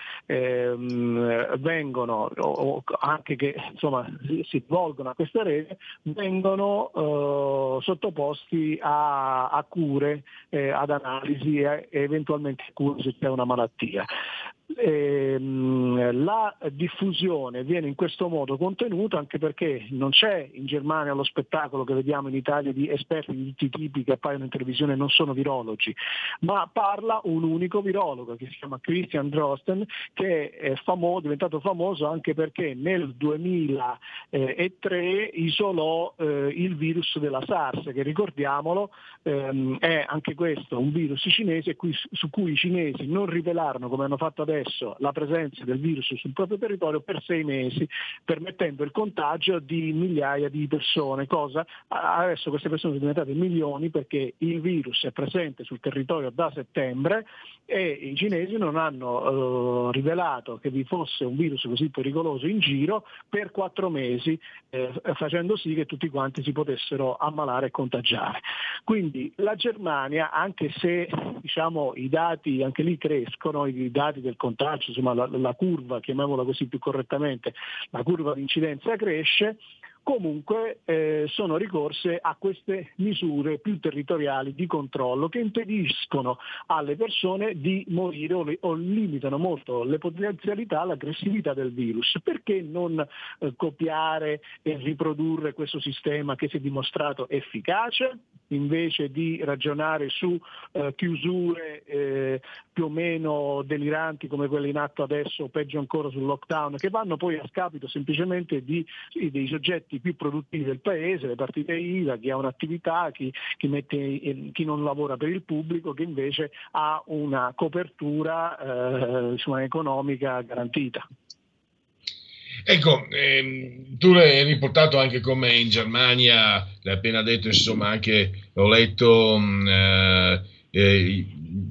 ehm, vengono, o anche che insomma si rivolgono a questa rete, vengono eh, sottoposti a, a cure, eh, ad analisi e eventualmente a cure se c'è una malattia. Ehm, la diffusione viene in questo modo contenuta anche perché non c'è in Germania lo spettacolo che vediamo in Italia di esperti di tutti i tipi che appaiono in televisione, non sono virologi, ma parla un unico virologo che si chiama Christian Drosten, che è famo- diventato famoso anche perché nel duemilatré isolò eh, il virus della SARS, che ricordiamolo ehm, è anche questo un virus cinese cui, su cui i cinesi non rivelarono, come hanno fatto adesso, la presenza del virus sul proprio territorio per sei mesi, permettendo il contagio di migliaia di persone. Cosa? Adesso queste persone sono diventate milioni perché il virus è presente sul territorio da settembre e i cinesi non hanno eh, rivelato che vi fosse un virus così pericoloso in giro per quattro mesi, eh, facendo sì che tutti quanti si potessero ammalare e contagiare. Quindi la Germania, anche se diciamo i dati anche lì crescono, i dati del contagio, insomma la, la curva, chiamiamola così più correttamente, la curva di incidenza cresce, comunque eh, sono ricorse a queste misure più territoriali di controllo che impediscono alle persone di morire o, le, o limitano molto le potenzialità, l'aggressività del virus. Perché non eh, copiare e riprodurre questo sistema che si è dimostrato efficace, invece di ragionare su eh, chiusure eh, più o meno deliranti come quelle in atto adesso, o peggio ancora sul lockdown, che vanno poi a scapito semplicemente di, sì, dei soggetti più produttivi del paese, le partite I V A, chi ha un'attività, chi, chi, mette, chi non lavora per il pubblico, che invece ha una copertura eh, insomma, economica garantita. Ecco, ehm, tu hai riportato anche come in Germania, l'hai appena detto, insomma, anche ho letto mh, eh,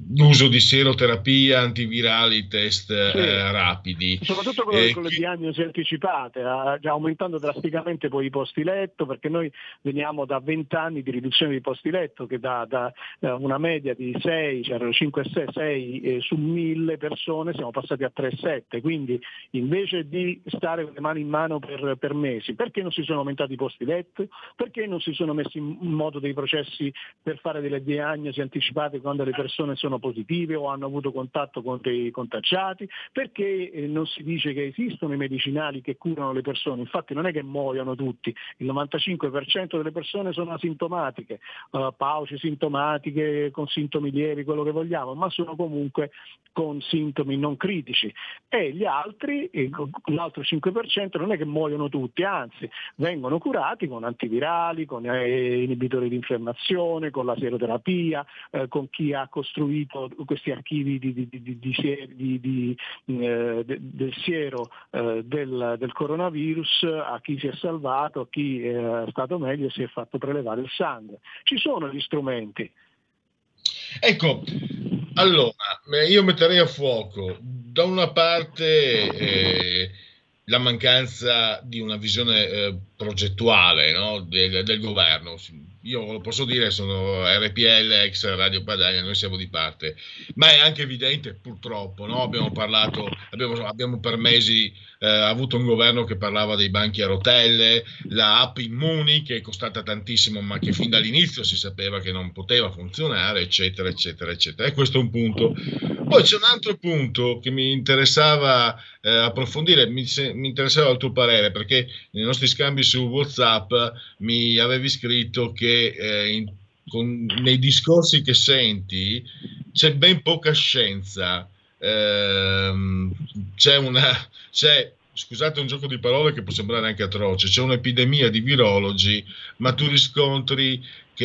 l'uso di seroterapia, antivirali, test sì. eh, rapidi. Soprattutto quello eh, con le diagnosi anticipate, eh, già aumentando drasticamente poi i posti letto, perché noi veniamo da venti anni di riduzione di posti letto, che da, da eh, una media di sei, c'erano cinque sei, sei eh, su mille persone, siamo passati a tre sette, quindi invece di stare con le mani in mano per, per mesi, perché non si sono aumentati i posti letto? Perché non si sono messi in moto dei processi per fare delle diagnosi anticipate quando le persone sono positive o hanno avuto contatto con dei contagiati? Perché eh, non si dice che esistono i medicinali che curano le persone? Infatti non è che muoiono tutti, il novantacinque per cento delle persone sono asintomatiche, uh, pauci sintomatiche, con sintomi lievi, quello che vogliamo, ma sono comunque con sintomi non critici, e gli altri, eh, l'altro cinque per cento non è che muoiono tutti, anzi vengono curati con antivirali, con eh, inibitori di infiammazione, con la seroterapia, eh, con chi ha costruito questi archivi di, di, di, di, di, di, eh, de, del siero eh, del, del coronavirus, a chi si è salvato, a chi è stato meglio e si è fatto prelevare il sangue. Ci sono gli strumenti. Ecco, allora, io metterei a fuoco da una parte eh, la mancanza di una visione eh, progettuale, no? del, del governo. Io lo posso dire, sono R P L, ex Radio Padania, noi siamo di parte, ma è anche evidente purtroppo, no? Abbiamo parlato, abbiamo, abbiamo per mesi eh, avuto un governo che parlava dei banchi a rotelle, la app Immuni che è costata tantissimo ma che fin dall'inizio si sapeva che non poteva funzionare, eccetera, eccetera, eccetera. E questo è un punto. Poi c'è un altro punto che mi interessava eh, approfondire, mi, se, mi interessava il tuo parere, perché nei nostri scambi su WhatsApp mi avevi scritto che eh, in, con, nei discorsi che senti c'è ben poca scienza, ehm, c'è una c'è scusate un gioco di parole che può sembrare anche atroce, c'è un'epidemia di virologi, ma tu riscontri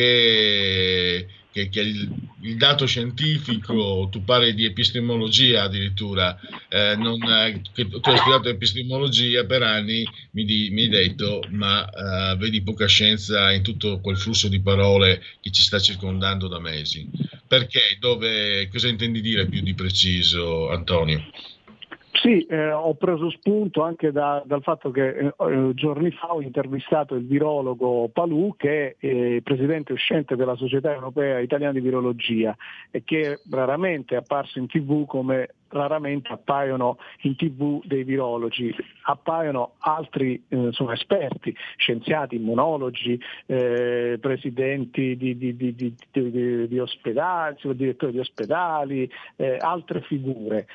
che Che, che il, il dato scientifico, tu parli di epistemologia addirittura, eh, non, che tu hai studiato epistemologia per anni, mi, di, mi hai detto, ma uh, vedi poca scienza in tutto quel flusso di parole che ci sta circondando da mesi. Perché? Dove, cosa intendi dire più di preciso, Antonio? Sì, eh, ho preso spunto anche da, dal fatto che eh, giorni fa ho intervistato il virologo Palù, che è eh, presidente uscente della Società Europea Italiana di Virologia e che raramente è apparso in tivù come raramente appaiono in tivù dei virologi, appaiono altri eh, insomma, esperti, scienziati, immunologi, eh, presidenti di, di, di, di, di, di ospedali, direttori di ospedali, eh, altre figure,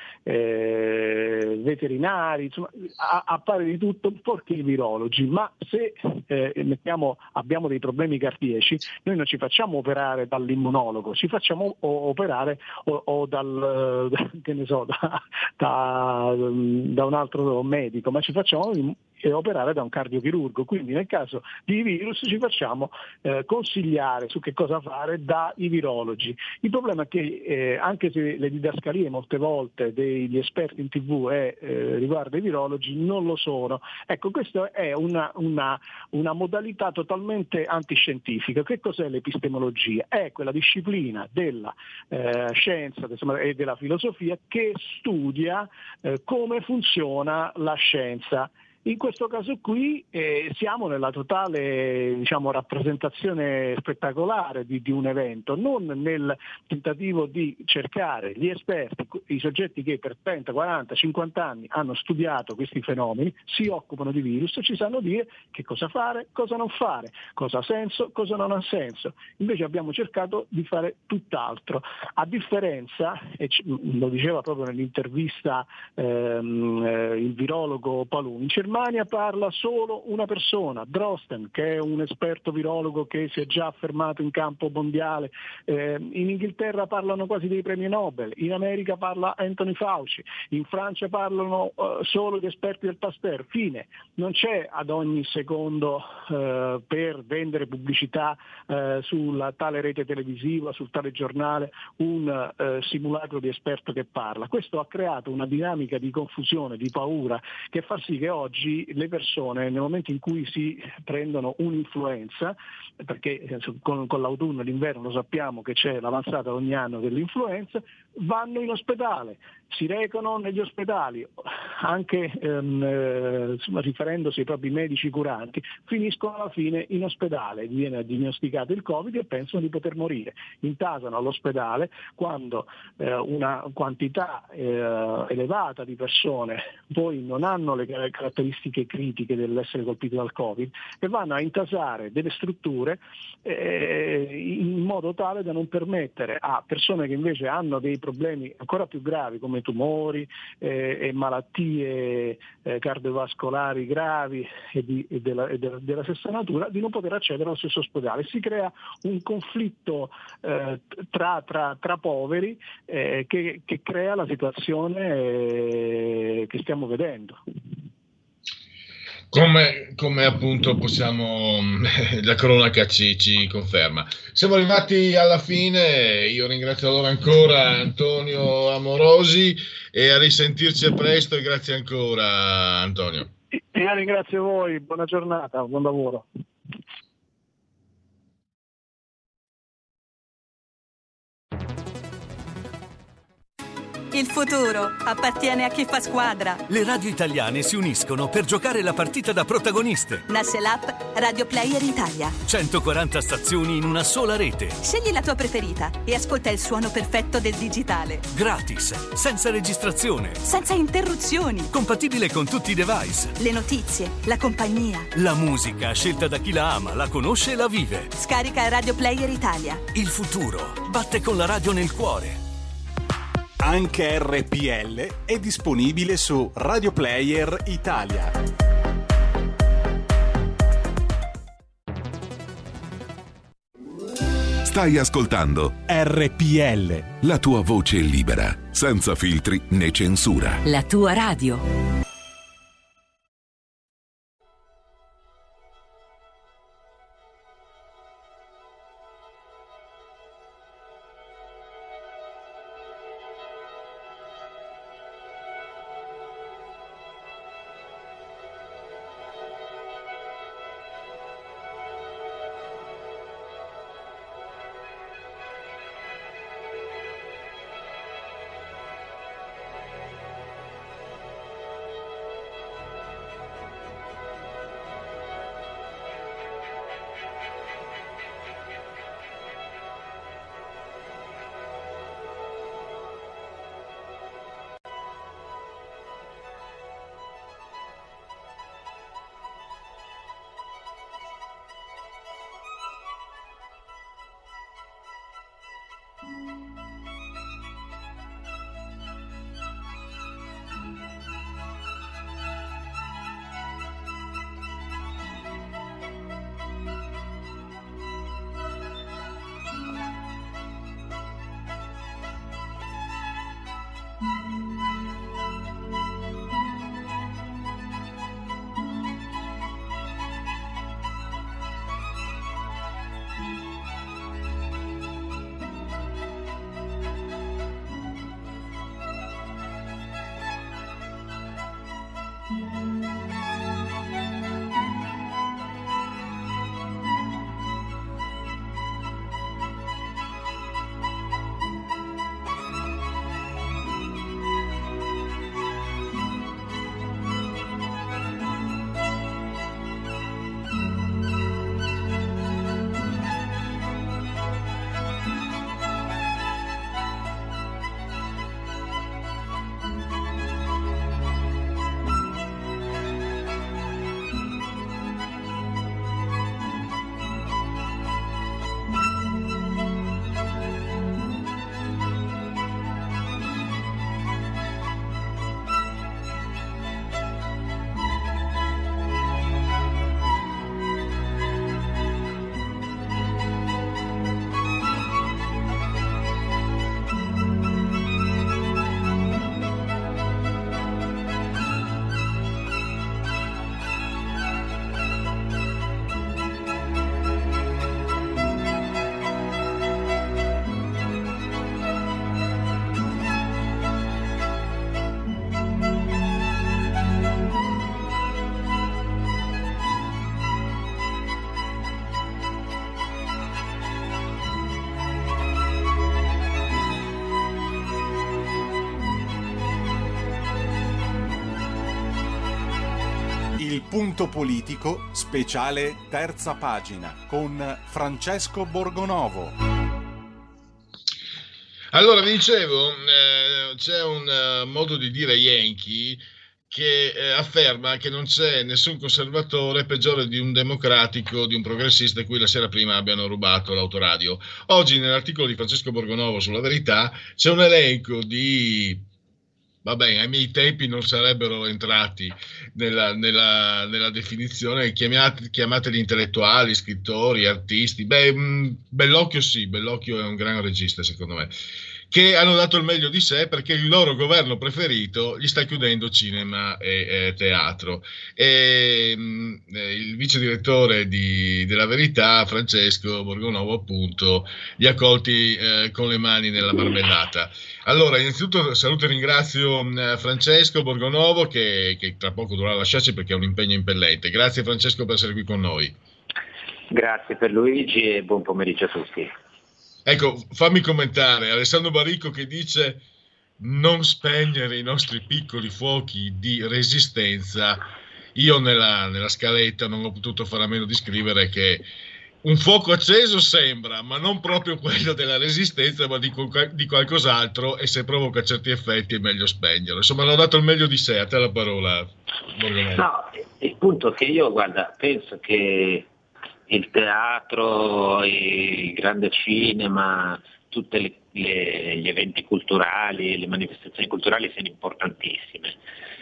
eh, veterinari, insomma, a, appare di tutto fuorché i virologi, ma se eh, mettiamo, abbiamo dei problemi cardiaci, noi non ci facciamo operare dall'immunologo, ci facciamo o, operare o, o dal, che ne so, Da, da, da un altro medico, ma ci facciamo operare da un cardiochirurgo, quindi nel caso di virus ci facciamo eh, consigliare su che cosa fare dai virologi. Il problema è che eh, anche se le didascalie molte volte degli esperti in tivù è, eh, riguardo ai virologi non lo sono. Ecco, questa è una, una, una modalità totalmente antiscientifica. Che cos'è l'epistemologia? È quella disciplina della eh, scienza e della filosofia che studia eh, come funziona la scienza. In questo caso qui eh, siamo nella totale diciamo, rappresentazione spettacolare di, di un evento, non nel tentativo di cercare gli esperti, i soggetti che per trenta, quaranta, cinquanta anni hanno studiato questi fenomeni, si occupano di virus, ci sanno dire che cosa fare, cosa non fare, cosa ha senso, cosa non ha senso. Invece abbiamo cercato di fare tutt'altro, a differenza, e lo diceva proprio nell'intervista ehm, eh, il virologo Palù, in Germania parla solo una persona, Drosten, che è un esperto virologo che si è già affermato in campo mondiale, eh, in Inghilterra parlano quasi dei premi Nobel, in America parla Anthony Fauci, in Francia parlano uh, solo gli esperti del Pasteur, fine, non c'è ad ogni secondo uh, per vendere pubblicità uh, sulla tale rete televisiva, sul tale giornale, un uh, simulacro di esperto che parla. Questo ha creato una dinamica di confusione, di paura, che fa sì che oggi le persone nel momento in cui si prendono un'influenza, perché con, con l'autunno e l'inverno lo sappiamo che c'è l'avanzata ogni anno dell'influenza, vanno in ospedale, si recano negli ospedali, anche ehm, eh, insomma, riferendosi ai propri medici curanti, finiscono alla fine in ospedale, viene diagnosticato il Covid e pensano di poter morire. Intasano all'ospedale quando eh, una quantità eh, elevata di persone poi non hanno le caratteristiche critiche dell'essere colpite dal Covid e vanno a intasare delle strutture eh, in modo tale da non permettere a persone che invece hanno dei problemi ancora più gravi come tumori eh, e malattie eh, cardiovascolari gravi e, di, e, della, e della, della stessa natura di non poter accedere allo stesso ospedale. Si crea un conflitto eh, tra, tra, tra poveri eh, che, che crea la situazione eh, che stiamo vedendo. Come, come appunto possiamo, la cronaca ci, ci conferma. Siamo arrivati alla fine, io ringrazio allora ancora Antonio Amorosi e a risentirci a presto e grazie ancora Antonio. Io ringrazio voi, buona giornata, buon lavoro. Il futuro appartiene a chi fa squadra. Le radio italiane si uniscono per giocare la partita da protagoniste. Nasce l'app Radio Player Italia. centoquaranta stazioni in una sola rete. Scegli la tua preferita e ascolta il suono perfetto del digitale. Gratis, senza registrazione. Senza interruzioni. Compatibile con tutti i device. Le notizie, la compagnia. La musica scelta da chi la ama, la conosce e la vive. Scarica Radio Player Italia. Il futuro batte con la radio nel cuore. Anche R P L è disponibile su Radio Player Italia. Stai ascoltando R P L, la tua voce libera, senza filtri né censura. La tua radio. Punto politico, speciale terza pagina, con Francesco Borgonovo. Allora, vi dicevo, eh, c'è un uh, modo di dire Yankee che eh, afferma che non c'è nessun conservatore peggiore di un democratico, di un progressista a cui la sera prima abbiano rubato l'autoradio. Oggi nell'articolo di Francesco Borgonovo sulla Verità c'è un elenco di... Vabbè, ai miei tempi non sarebbero entrati nella, nella, nella definizione, chiamate, chiamateli intellettuali, scrittori, artisti. Beh, mh, Bellocchio sì, Bellocchio è un gran regista secondo me, che hanno dato il meglio di sé perché il loro governo preferito gli sta chiudendo cinema e, e teatro. E mh, il vice direttore di, della Verità, Francesco Borgonovo, appunto, li ha colti eh, con le mani nella marmellata. Allora, innanzitutto saluto e ringrazio eh, Francesco Borgonovo che, che tra poco dovrà lasciarci perché ha un impegno impellente. Grazie Francesco per essere qui con noi. Grazie per Luigi e buon pomeriggio a tutti. Ecco, fammi commentare Alessandro Baricco che dice non spegnere i nostri piccoli fuochi di resistenza. Io nella, nella scaletta non ho potuto fare a meno di scrivere che un fuoco acceso sembra, ma non proprio quello della resistenza, ma di, di qualcos'altro, e se provoca certi effetti è meglio spegnerlo. Insomma, hanno dato il meglio di sé. A te la parola, Borgonovo. No, il punto è che io, guarda, penso che il teatro, il grande cinema, tutti gli eventi culturali, le manifestazioni culturali siano importantissime.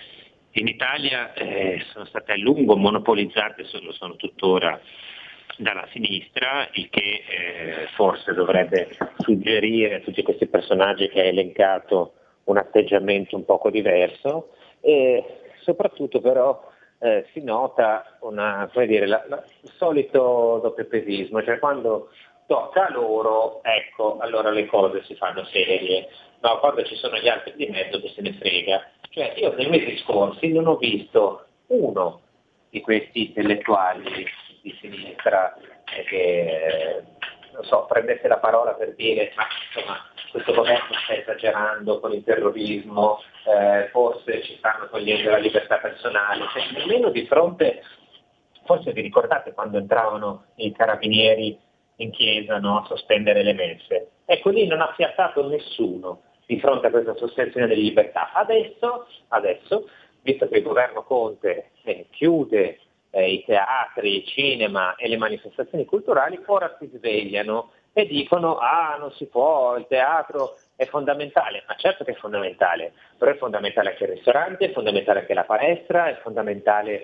In Italia eh, sono state a lungo monopolizzate, lo sono tuttora, dalla sinistra, il che eh, forse dovrebbe suggerire a tutti questi personaggi che hai elencato un atteggiamento un poco diverso, e soprattutto però eh, si nota una, come dire, la, la, il solito doppiopesismo, cioè quando tocca a loro, ecco, allora le cose si fanno serie, ma quando ci sono gli altri di mezzo che se ne frega. Cioè io nei mesi scorsi non ho visto uno di questi intellettuali di sinistra eh, che non so, prendesse la parola per dire ma insomma questo governo sta esagerando con il terrorismo, eh, forse ci stanno togliendo la libertà personale, cioè, nemmeno di fronte, forse vi ricordate quando entravano i carabinieri in chiesa, no, a sospendere le messe, ecco lì non ha fiatato nessuno di fronte a questa sospensione delle libertà. Adesso, adesso visto che il governo Conte eh, chiude eh, i teatri, il cinema e le manifestazioni culturali, ora si svegliano e dicono ah non si può, il teatro è fondamentale, ma certo che è fondamentale, però è fondamentale anche il ristorante, è fondamentale anche la palestra, è fondamentale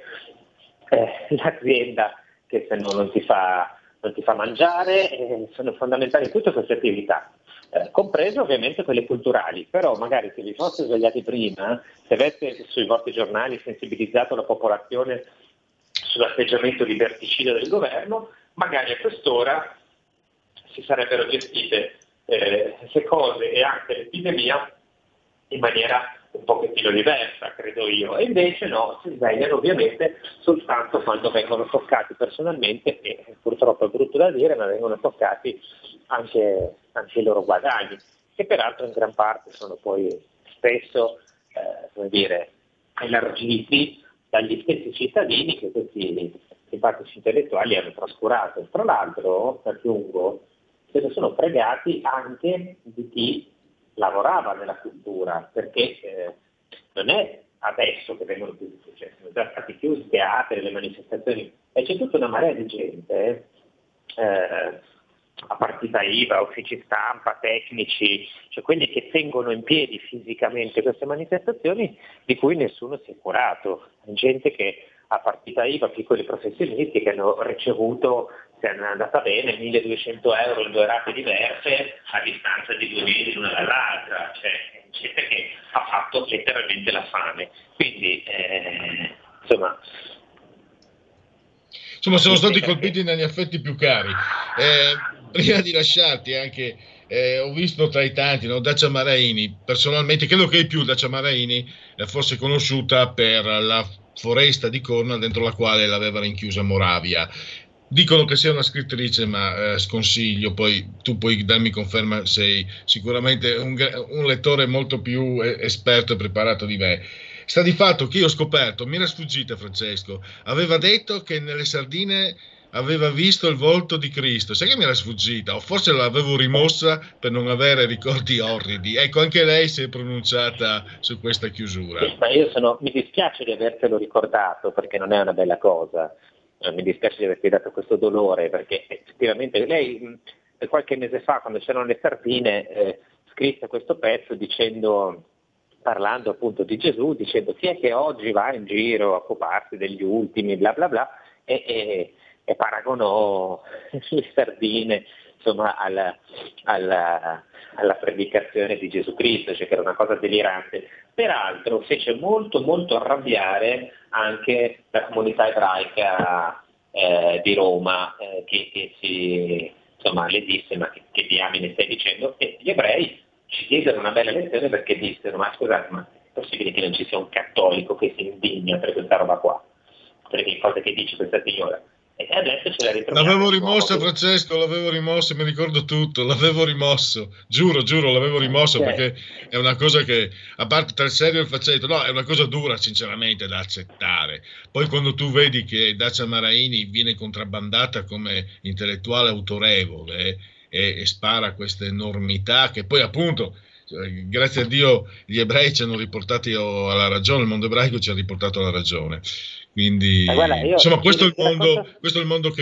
eh, l'azienda che se no non ti fa, non ti fa mangiare, eh, sono fondamentali tutte queste attività. Eh, comprese ovviamente quelle culturali, però magari se vi foste svegliati prima, se aveste sui vostri giornali sensibilizzato la popolazione sull'atteggiamento liberticida del governo, magari a quest'ora si sarebbero gestite eh, queste cose e anche l'epidemia in maniera un pochettino diversa, credo io, e invece no, si svegliano ovviamente soltanto quando vengono toccati personalmente, e purtroppo è brutto da dire, ma vengono toccati anche, anche i loro guadagni, che peraltro in gran parte sono poi spesso, eh, come dire, elargiti dagli stessi cittadini che questi simpatici intellettuali hanno trascurato. Tra l'altro, aggiungo, se ne sono fregati anche di chi lavorava nella cultura, perché eh, non è adesso che vengono chiusi, cioè sono già stati chiusi teatri, le manifestazioni, e c'è tutta una marea di gente, eh, a partita I V A, uffici stampa, tecnici, cioè quelli che tengono in piedi fisicamente queste manifestazioni, di cui nessuno si è curato, gente che a partita I V A, piccoli professionisti che hanno ricevuto, se è andata bene, milleduecento euro in due rate diverse a distanza di due mesi l'una dall'altra, cioè gente che ha fatto letteralmente la fame. Quindi, eh, insomma... Insomma, sono stati colpiti negli affetti più cari. Eh, prima di lasciarti anche, eh, ho visto tra i tanti, no, Dacia Maraini, personalmente, credo che i più Dacia Maraini eh, fosse conosciuta per la foresta di corna dentro la quale l'aveva rinchiusa Moravia. Dicono che sia una scrittrice, ma eh, sconsiglio, poi tu puoi darmi conferma, sei sicuramente un, un lettore molto più esperto e preparato di me. sta di fatto che io ho scoperto, mi era sfuggita Francesco, aveva detto che nelle sardine aveva visto il volto di Cristo, sai che mi era sfuggita, o forse l'avevo rimossa per non avere ricordi orridi. Ecco, anche lei si è pronunciata su questa chiusura. Sì, ma io sono, mi dispiace di avertelo ricordato, perché non è una bella cosa, eh, mi dispiace di averti dato questo dolore, perché effettivamente lei mh, qualche mese fa, quando c'erano le sardine, eh, scrisse questo pezzo dicendo, parlando appunto di Gesù, dicendo chi è che oggi va in giro a occuparsi degli ultimi, bla bla bla, e, e e paragonò le sardine insomma alla, alla, alla predicazione di Gesù Cristo, cioè che era una cosa delirante. Peraltro fece molto molto arrabbiare anche la comunità ebraica eh, di Roma, eh, che, che si, insomma, le disse ma che, che diamine stai dicendo? E gli ebrei ci diedero una bella lezione, perché dissero ma scusate, ma è possibile che non ci sia un cattolico che si indigna per questa roba qua, per le cose che dice questa signora? E adesso ce la ritroviamo. L'avevo rimossa, Francesco, l'avevo rimosso, mi ricordo tutto, l'avevo rimosso, giuro, giuro, l'avevo rimosso, okay. Perché è una cosa che, a parte tra il serio e il faccetto, no, è una cosa dura sinceramente da accettare. Poi quando tu vedi che Dacia Maraini viene contrabbandata come intellettuale autorevole e, e spara queste enormità che poi appunto, grazie a Dio, gli ebrei ci hanno riportati alla ragione, il mondo ebraico ci ha riportato alla ragione. Quindi, guarda, io, insomma, questo è, il mondo, cosa... questo è il mondo che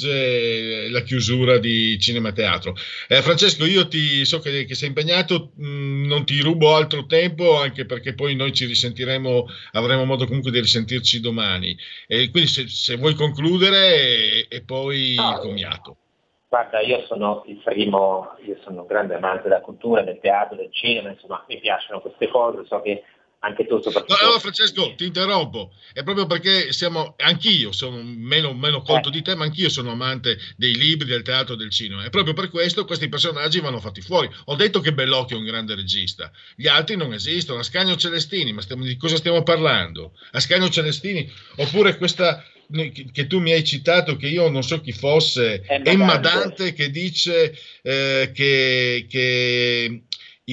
piange la chiusura di Cinema e Teatro. Eh, Francesco, io ti so che, che sei impegnato, mh, non ti rubo altro tempo, anche perché poi noi ci risentiremo, avremo modo comunque di risentirci domani. E quindi se, se vuoi concludere e, e poi no, il commiato. Guarda, io sono il primo, io sono un grande amante della cultura, del teatro, del cinema, insomma, mi piacciono queste cose, so che anche tu soprattutto. No, no, Francesco, ti interrompo, è proprio perché siamo, anch'io sono meno, meno colto eh. di te, ma anch'io sono amante dei libri, del teatro, del cinema, e proprio per questo questi personaggi vanno fatti fuori. Ho detto che Bellocchio è un grande regista, gli altri non esistono. Ascanio Celestini, ma stiamo, di cosa stiamo parlando? Ascanio Celestini, oppure questa che tu mi hai citato, che io non so chi fosse, Emma Dante, che dice eh, che, che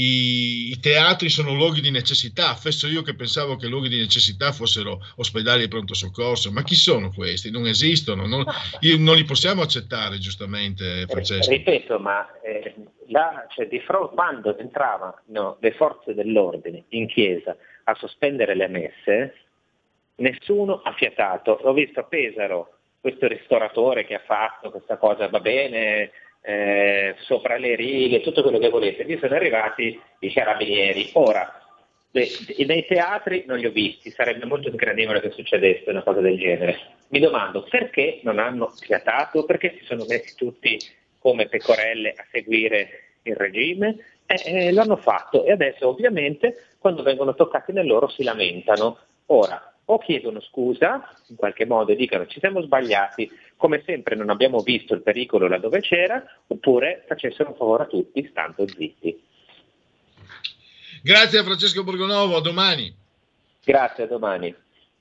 I, i teatri sono luoghi di necessità. Fesso io che pensavo che luoghi di necessità fossero ospedali e pronto soccorso, ma chi sono questi? Non esistono, non, io, non li possiamo accettare, giustamente, Francesco. Ripeto, ma eh, là, cioè, di fronte, quando entravano le forze dell'ordine in chiesa a sospendere le messe, nessuno ha fiatato. Ho visto a Pesaro questo ristoratore che ha fatto questa cosa, va bene, Eh, sopra le righe, tutto quello che volete. Lì sono arrivati i carabinieri. Ora, le, nei teatri non li ho visti, sarebbe molto sgradevole che succedesse una cosa del genere. Mi domando perché non hanno fiatato, perché si sono messi tutti come pecorelle a seguire il regime, e eh, l'hanno fatto, e adesso ovviamente quando vengono toccati nel loro si lamentano. Ora, o chiedono scusa in qualche modo e dicono ci siamo sbagliati, come sempre non abbiamo visto il pericolo laddove c'era, oppure facessero un favore a tutti stando zitti. Grazie a Francesco Borgonovo, a domani. Grazie, a domani.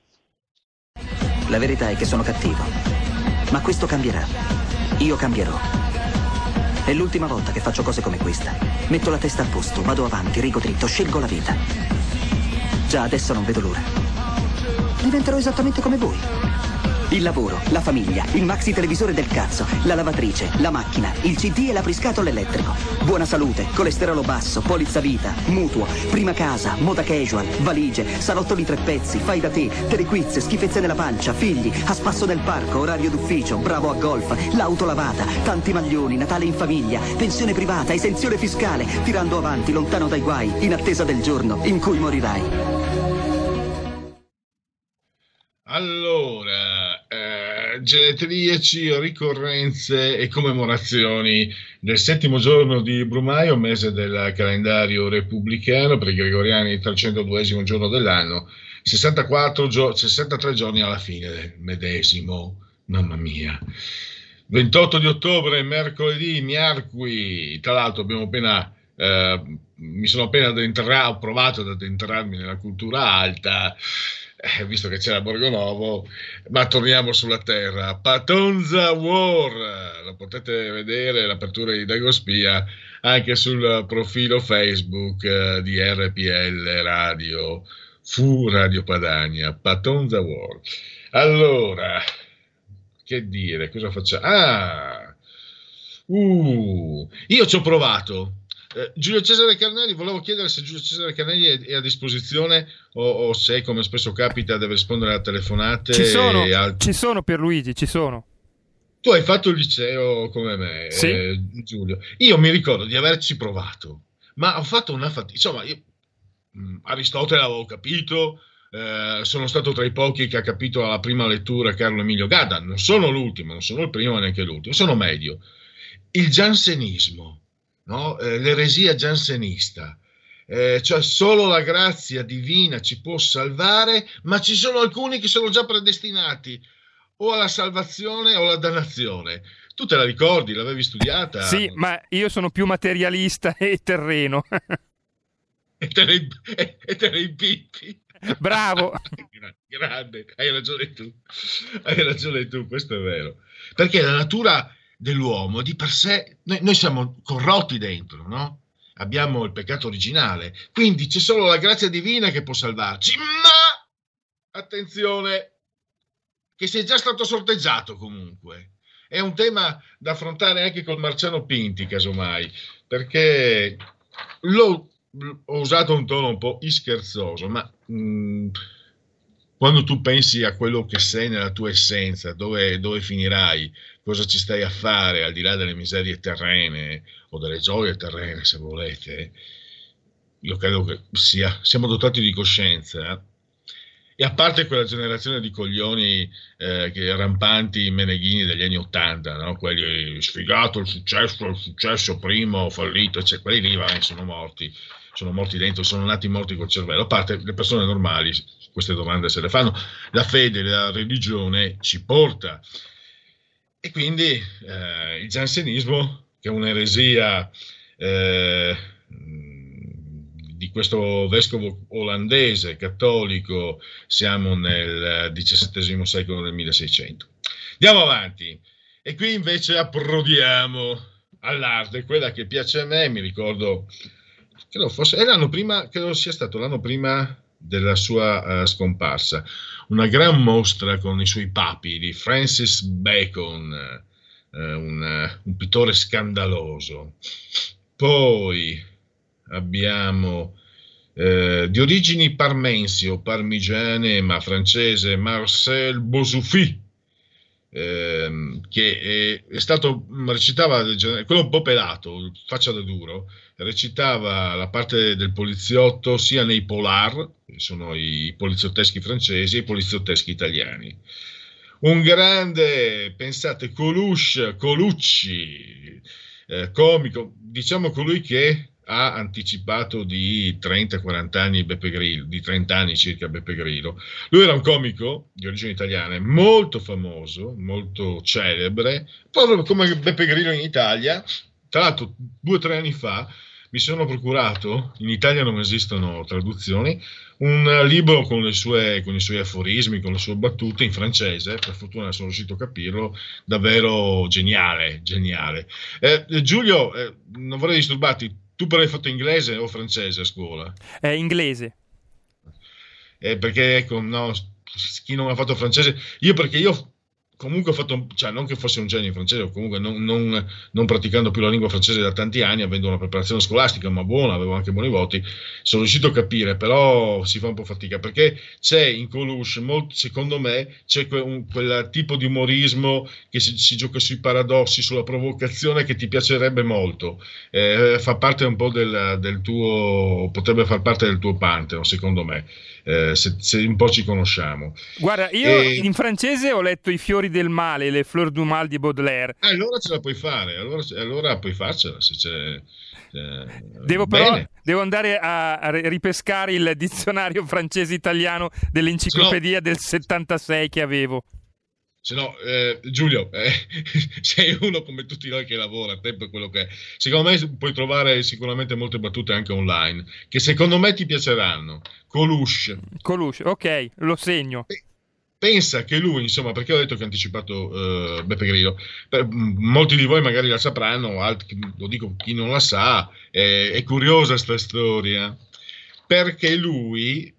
La verità è che sono cattivo, ma questo cambierà. Io cambierò. È l'ultima volta che faccio cose come questa. Metto la testa a posto, vado avanti, rigo dritto, scelgo la vita. Già adesso non vedo l'ora. Diventerò esattamente come voi. Il lavoro, la famiglia, il maxi televisore del cazzo, la lavatrice, la macchina, il C D e l'apriscatole elettrico. Buona salute, colesterolo basso, polizza vita, mutuo, prima casa, moda casual, valigie, salottoli tre pezzi, fai da te, telequiz, schifezze nella pancia, figli, a spasso nel parco, orario d'ufficio, bravo a golf, l'auto lavata, tanti maglioni, Natale in famiglia, pensione privata, esenzione fiscale, tirando avanti, lontano dai guai, in attesa del giorno in cui morirai. Allora, eh, genetriaci, ricorrenze e commemorazioni del settimo giorno di Brumaio, mese del calendario repubblicano, per i gregoriani il trecentoduesimo giorno dell'anno, sessantaquattro gio- sessantatré giorni alla fine del medesimo, mamma mia. ventotto di ottobre, mercoledì, miarqui, tra l'altro abbiamo appena... Eh, mi sono appena addentrato, ho provato ad addentrarmi nella cultura alta, Eh, visto che c'era Borgonovo, ma torniamo sulla terra. Patonza War, lo potete vedere, l'apertura di Dagospia anche sul profilo Facebook eh, di R P L Radio fu Radio Padania, Patton the World. Allora, che dire, cosa facciamo? Ah, uh, io ci ho provato. Eh, Giulio Cesare Carnelli, volevo chiedere se Giulio Cesare Carnelli è, è a disposizione o, o se, come spesso capita, deve rispondere a telefonate. Ci sono, al... ci sono Pierluigi, ci sono. Tu hai fatto il liceo come me, sì. eh, Giulio. Io mi ricordo di averci provato, ma ho fatto una fatica. Insomma, io, mh, Aristotele l'avevo capito, eh, sono stato tra i pochi che ha capito alla prima lettura Carlo Emilio Gadda. Non sono l'ultimo, non sono il primo ma neanche l'ultimo, sono medio. Il giansenismo, no? eh, l'eresia giansenista, eh, cioè solo la grazia divina ci può salvare, ma ci sono alcuni che sono già predestinati o alla salvazione o alla dannazione. Tu te la ricordi? L'avevi studiata? Sì, ma io sono più materialista e terreno. E te ne, e, e te ne impippi. Bravo. Grande, hai ragione tu. Hai ragione tu, questo è vero. Perché la natura dell'uomo di per sé, noi, noi siamo corrotti dentro, no? Abbiamo il peccato originale, quindi c'è solo la grazia divina che può salvarci, ma attenzione, che sei già stato sorteggiato comunque. È un tema da affrontare anche col Marciano Pinti, casomai, perché l'ho, ho usato un tono un po' scherzoso, ma mh, quando tu pensi a quello che sei nella tua essenza, dove, dove finirai, cosa ci stai a fare al di là delle miserie terrene o delle gioie terrene, se volete, io credo che sia, siamo dotati di coscienza, eh? E a parte quella generazione di coglioni eh, che rampanti meneghini degli anni Ottanta, no? Quelli sfigato, il successo, il successo primo, fallito, cioè, quelli lì vabbè, sono morti, sono morti dentro, sono nati morti col cervello. A parte le persone normali, queste domande se le fanno, la fede, la religione ci porta. E quindi eh, il giansenismo, che è un'eresia eh, di questo vescovo olandese cattolico, siamo nel diciassettesimo secolo del milleseicento. Andiamo avanti, e qui invece approdiamo all'arte, quella che piace a me. Mi ricordo, credo fosse, è l'anno prima, credo sia stato l'anno prima della sua uh, scomparsa, una gran mostra con i suoi papi di Francis Bacon, uh, un, uh, un pittore scandaloso. Poi abbiamo eh, di origini parmensi o parmigiane ma francese, Marcel Boussouffi, eh, che è, è stato recitava quello un po' pelato, faccia da duro, recitava la parte del poliziotto sia nei Polar, che sono i poliziotteschi francesi, e i poliziotteschi italiani. Un grande, pensate, Colucci, Colucci eh, comico, diciamo colui che ha anticipato di trenta quaranta anni Beppe Grillo, di trenta anni circa Beppe Grillo. Lui era un comico di origine italiana, molto famoso, molto celebre, proprio come Beppe Grillo in Italia. Tra l'altro due o tre anni fa mi sono procurato, in Italia non esistono traduzioni, un libro con, le sue, con i suoi aforismi, con le sue battute in francese, per fortuna sono riuscito a capirlo, davvero geniale, geniale. Eh, Giulio, eh, non vorrei disturbarti, tu però hai fatto inglese o francese a scuola? È inglese. Eh, perché ecco, no, chi non ha fatto francese, io perché io comunque ho fatto, cioè non che fosse un genio in francese, o comunque non, non, non praticando più la lingua francese da tanti anni, avendo una preparazione scolastica ma buona, avevo anche buoni voti, sono riuscito a capire, però si fa un po' fatica, perché c'è in Coluche, molto, secondo me, c'è que, un, quel tipo di umorismo che si, si gioca sui paradossi, sulla provocazione, che ti piacerebbe molto, eh, fa parte un po' del, del tuo, potrebbe far parte del tuo pantheon, secondo me. Eh, se, se un po' ci conosciamo. Guarda, io e... in francese ho letto I fiori del male, Le fleurs du mal di Baudelaire. Ah, allora ce la puoi fare, allora, allora puoi farcela se c'è. Eh, devo però bene. Devo andare a, a ripescare il dizionario francese-italiano dell'enciclopedia no, del settantasei che avevo. Se no, eh, Giulio, eh, sei uno come tutti noi che lavora, a tempo è quello che è. Secondo me puoi trovare sicuramente molte battute anche online, che secondo me ti piaceranno. Coluche. Coluche, ok, lo segno. Pensa che lui, insomma, perché ho detto che ha anticipato uh, Beppe Grillo, per, molti di voi magari la sapranno, altri, lo dico chi non la sa, è, è curiosa sta storia, perché lui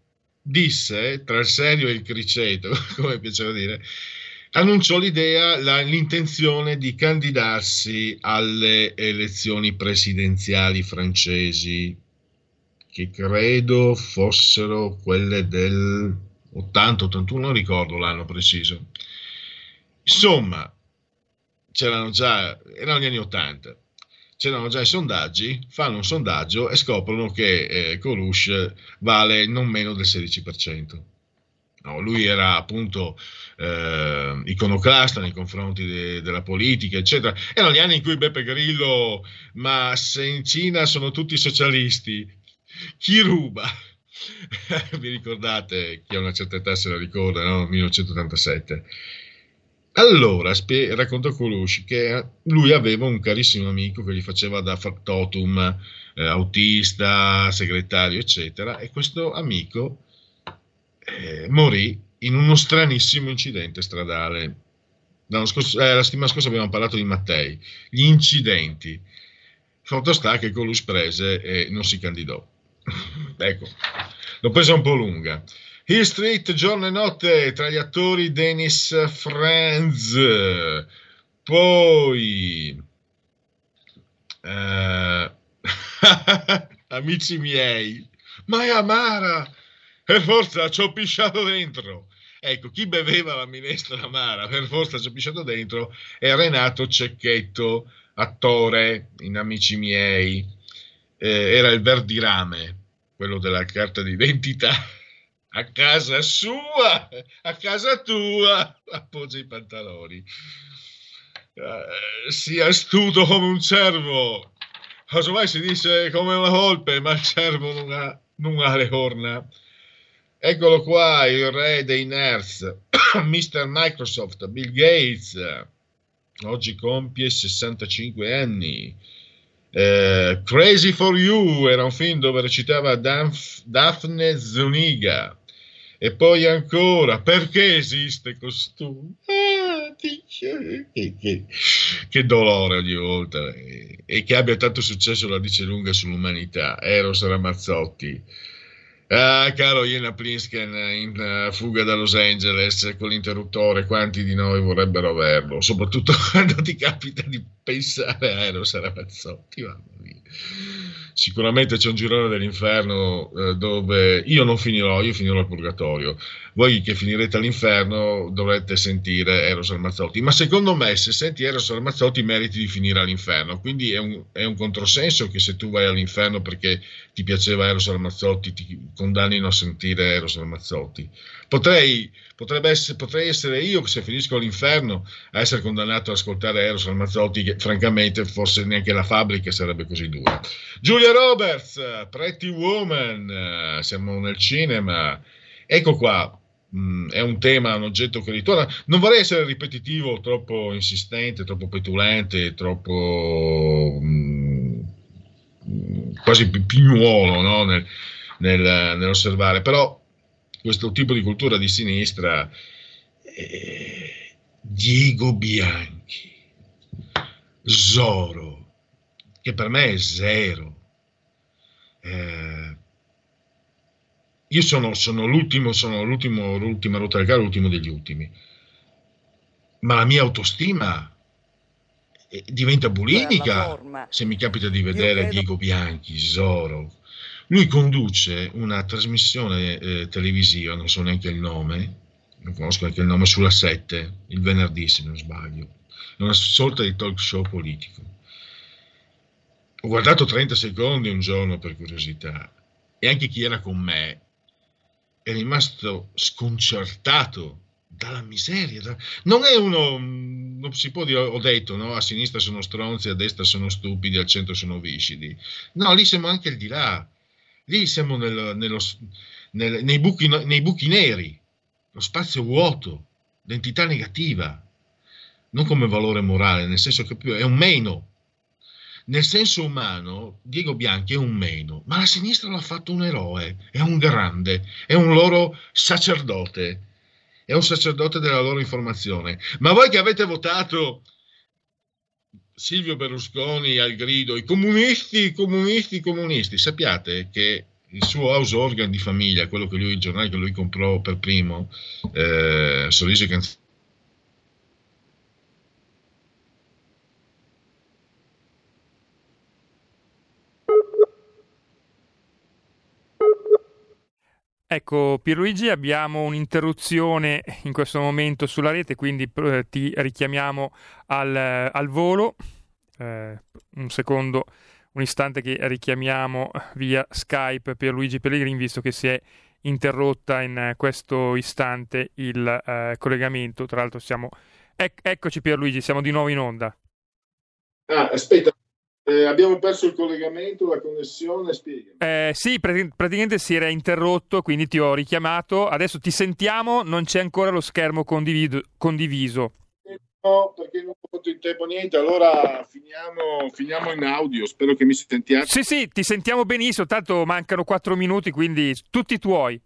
disse, tra il serio e il criceto, come piaceva dire, annunciò l'idea, la, l'intenzione di candidarsi alle elezioni presidenziali francesi, che credo fossero quelle del ottanta ottantuno, non ricordo l'anno preciso. Insomma, c'erano già, erano gli anni ottanta, c'erano già i sondaggi, fanno un sondaggio e scoprono che eh, Coluche vale non meno del sedici per cento. No, lui era appunto eh, iconoclasta nei confronti de, della politica, eccetera. Erano gli anni in cui Beppe Grillo, ma se in Cina sono tutti socialisti, chi ruba? Vi ricordate, chi ha una certa età se la ricorda, no? millenovecentottantasette. Allora, spie- raccontò Coluche che lui aveva un carissimo amico che gli faceva da factotum, eh, autista, segretario, eccetera, e questo amico eh, morì in uno stranissimo incidente stradale. L'anno scorso, eh, la settimana scorsa abbiamo parlato di Mattei, gli incidenti. Fatto sta che Coluche prese e non si candidò. Ecco, l'ho presa un po' lunga. Hill Street, giorno e notte, tra gli attori Dennis Franz, poi eh, amici miei, ma è amara, per forza ci ho pisciato dentro. Ecco, chi beveva la minestra amara, per forza ci ho pisciato dentro, è Renato Cecchetto, attore in Amici miei, eh, era il verdirame, quello della carta d'identità. A casa sua, a casa tua, appoggia i pantaloni. Uh, sia astuto come un cervo. Casomai si dice come una volpe, ma il cervo non ha, non ha le corna. Eccolo qua, il re dei nerds, mister Microsoft, Bill Gates. Oggi compie sessantacinque anni. Uh, Crazy for You era un film dove recitava Daf- Daphne Zuniga. E poi ancora, perché esiste costui? Ah, che, che, che dolore ogni volta, e, e che abbia tanto successo la dice lunga sull'umanità. Eros Ramazzotti, ah, caro Iena Plinsken in uh, fuga da Los Angeles con l'interruttore, quanti di noi vorrebbero averlo, soprattutto quando ti capita di pensare a Eros Ramazzotti, mamma mia. Sicuramente c'è un girone dell'inferno eh, dove io non finirò, io finirò al purgatorio. Voi che finirete all'inferno dovrete sentire Eros Ramazzotti, ma secondo me se senti Eros Ramazzotti meriti di finire all'inferno, quindi è un, è un controsenso che se tu vai all'inferno perché ti piaceva Eros Ramazzotti ti condannino a sentire Eros Ramazzotti. Potrei, potrebbe essere, potrei essere io che se finisco all'inferno a essere condannato ad ascoltare Eros Ramazzotti, che francamente forse neanche la fabbrica sarebbe così dura. Julia Roberts, Pretty Woman, siamo nel cinema, ecco qua. Mm, è un tema, un oggetto che ritorna. Non vorrei essere ripetitivo, troppo insistente, troppo petulante, troppo mm, quasi pignuolo, no? nel, nel, nell'osservare, però questo tipo di cultura di sinistra, eh, Diego Bianchi, Zorro, che per me è zero. Eh, io sono, sono l'ultimo, sono l'ultimo, l'ultima ruota del carro, l'ultimo degli ultimi, ma la mia autostima eh, diventa bulimica se mi capita di vedere credo... Diego Bianchi, Zorro. Lui conduce una trasmissione eh, televisiva, non so neanche il nome, non conosco neanche il nome, sulla sette, il venerdì se non sbaglio, è una sorta di talk show politico. Ho guardato trenta secondi un giorno per curiosità e anche chi era con me è rimasto sconcertato dalla miseria. Da... Non è uno, non si può dire, ho detto, no? A sinistra sono stronzi, a destra sono stupidi, al centro sono viscidi. No, lì siamo anche al di là. Lì siamo nel, nello, nel, nei, buchi, nei buchi neri, lo spazio vuoto, l'entità negativa, non come valore morale, nel senso che più è un meno. Nel senso umano, Diego Bianchi è un meno, ma la sinistra l'ha fatto un eroe, è un grande, è un loro sacerdote, è un sacerdote della loro informazione. Ma voi che avete votato Silvio Berlusconi al grido, i comunisti, i comunisti, i comunisti, sappiate che il suo house organ di famiglia, quello che lui, il giornale che lui comprò per primo, eh, Sorrisi e Canzoni. Ecco Pierluigi, abbiamo un'interruzione in questo momento sulla rete, quindi eh, ti richiamiamo al, al volo. Eh, un secondo, un istante che richiamiamo via Skype Pierluigi Pellegrin, visto che si è interrotta in questo istante il eh, collegamento. Tra l'altro siamo... Ec- eccoci Pierluigi, siamo di nuovo in onda. Ah, aspetta. Eh, abbiamo perso il collegamento, la connessione, spiega. Eh, sì, pr- praticamente si era interrotto, quindi ti ho richiamato. Adesso ti sentiamo, non c'è ancora lo schermo condivido- condiviso. No, perché non ho fatto in tempo niente, allora finiamo, finiamo in audio, spero che mi sentiate. Sì, sì, ti sentiamo benissimo, tanto mancano quattro minuti, quindi tutti tuoi.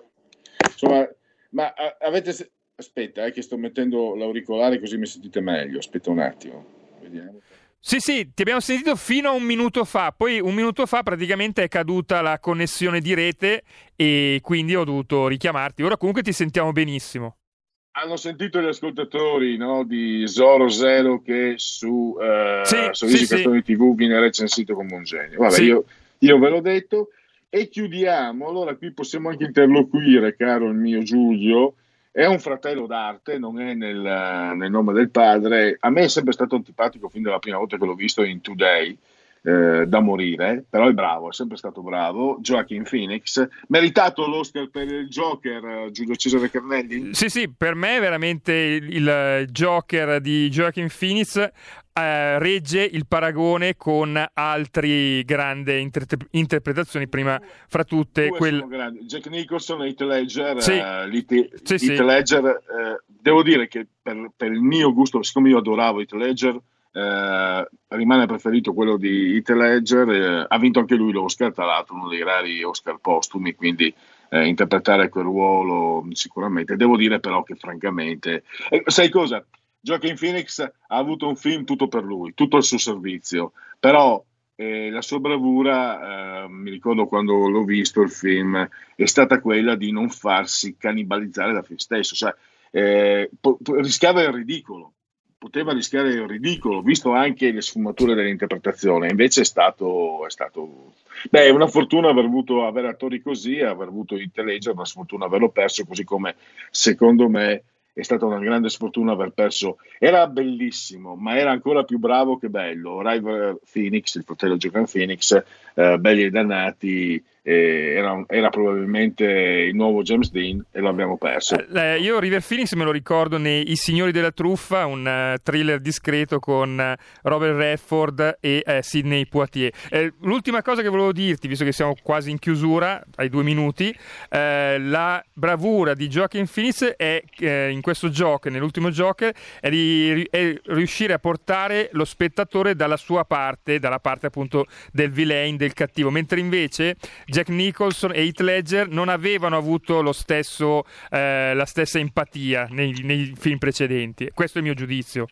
Insomma, ma a- avete... Se- Aspetta, eh, che sto mettendo l'auricolare così mi sentite meglio, aspetta un attimo, vediamo. Sì, sì, ti abbiamo sentito fino a un minuto fa, poi un minuto fa praticamente è caduta la connessione di rete e quindi ho dovuto richiamarti. Ora comunque ti sentiamo benissimo. Hanno sentito gli ascoltatori, no, di Zoro Zero che su uh, sì, Sorrisi sì, Cartoni sì. tivù viene recensito come un genio. Vabbè, sì. io, io ve l'ho detto e chiudiamo. Allora qui possiamo anche interloquire, caro il mio Giulio. È un fratello d'arte, non è nel, nel nome del padre. A me è sempre stato antipatico fin dalla prima volta che l'ho visto in Today, eh, da morire, però è bravo, è sempre stato bravo. Joaquin Phoenix, meritato l'Oscar per il Joker, Giulio Cesare Carnelli? Sì, sì, per me è veramente il, il Joker di Joaquin Phoenix eh, regge il paragone con altri grandi inter- interpretazioni, prima fra tutte quelle... Jack Nicholson e Heath Ledger. Sì. Uh, Heath, sì, Heath sì. Ledger, uh, devo dire che per, per il mio gusto, siccome io adoravo Heath Ledger, Uh, rimane preferito quello di Heath Ledger. Uh, ha vinto anche lui l'Oscar, tra l'altro uno dei rari Oscar postumi, quindi uh, interpretare quel ruolo sicuramente. Devo dire però che francamente eh, sai cosa? Joaquin Phoenix ha avuto un film tutto per lui, tutto al suo servizio, però eh, la sua bravura, eh, mi ricordo quando l'ho visto il film, è stata quella di non farsi cannibalizzare da film stesso, cioè eh, po- po- rischiava il ridicolo. Poteva rischiare il ridicolo, visto anche le sfumature dell'interpretazione. Invece è stato, è stato beh, è una fortuna aver avuto avere attori così, aver avuto Heath Ledger, una sfortuna averlo perso, così come secondo me è stata una grande sfortuna aver perso. Era bellissimo, ma era ancora più bravo che bello. River Phoenix, il fratello Joaquin Phoenix, eh, Belli e Dannati, eh, era, era probabilmente il nuovo James Dean e lo abbiamo perso. Eh, io River Phoenix me lo ricordo nei I Signori della Truffa, un uh, thriller discreto con uh, Robert Redford e uh, Sidney Poitier. Eh, l'ultima cosa che volevo dirti, visto che siamo quasi in chiusura, ai due minuti, eh, la bravura di Joaquin Phoenix è eh, in questo Joker, nell'ultimo Joker, è, di, è riuscire a portare lo spettatore dalla sua parte, dalla parte appunto del villain, del cattivo, mentre invece Jack Nicholson e Heath Ledger non avevano avuto lo stesso, eh, la stessa empatia nei, nei film precedenti. Questo è il mio giudizio.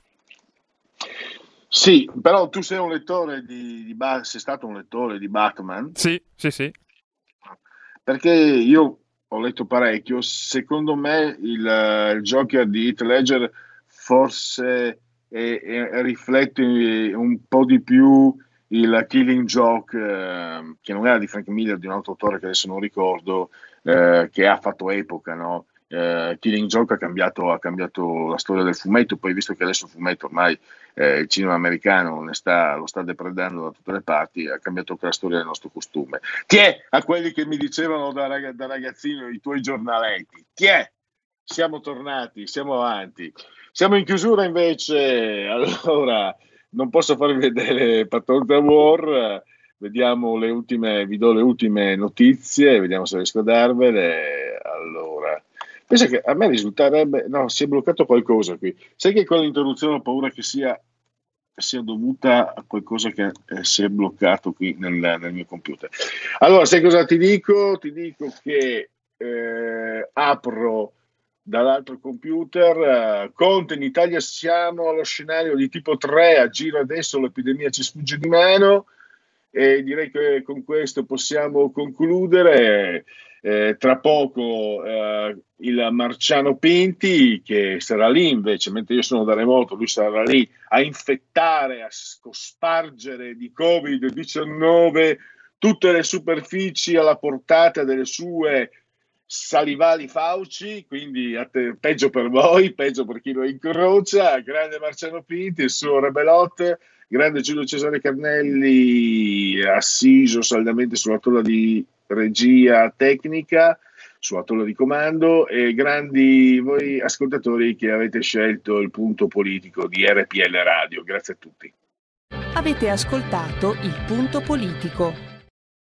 Sì, però tu sei un lettore di, di ba- sei stato un lettore di Batman? Sì, sì, sì. Perché io ho letto parecchio. Secondo me il, il Joker di Heath Ledger forse è, è, riflette un po' di più il Killing Joke, eh, che non era di Frank Miller, di un altro autore che adesso non ricordo, eh, che ha fatto epoca, no? Eh, Killing Joke ha cambiato, ha cambiato la storia del fumetto, poi visto che adesso il fumetto ormai eh, il cinema americano ne sta, lo sta depredando da tutte le parti, ha cambiato anche la storia del nostro costume. Ti è a quelli che mi dicevano da, rag- da ragazzino i tuoi giornaletti, ti è? Siamo tornati, siamo avanti, siamo in chiusura invece. Allora non posso farvi vedere Patton the War, vediamo le ultime, vi do le ultime notizie, vediamo se riesco a darvele. Allora, pensa che a me risulterebbe, no, si è bloccato qualcosa qui. Sai che quell'interruzione ho paura che sia, sia dovuta a qualcosa che eh, si è bloccato qui nel, nel mio computer. Allora, sai cosa ti dico? Ti dico che eh, apro dall'altro computer. Conte, in Italia siamo allo scenario di tipo tre, a giro adesso l'epidemia ci sfugge di mano e direi che con questo possiamo concludere. Eh, tra poco eh, il Marciano Pinti, che sarà lì invece, mentre io sono da remoto, lui sarà lì a infettare, a spargere di covid diciannove tutte le superfici alla portata delle sue salivali fauci, quindi a te, peggio per voi, peggio per chi lo incrocia. Grande Marciano Pinti, il suo Rebelot, grande Giulio Cesare Carnelli, assiso saldamente sulla tolla di regia tecnica, sulla tolla di comando, e grandi voi ascoltatori che avete scelto il punto politico di R P L Radio. Grazie a tutti. Avete ascoltato il punto politico.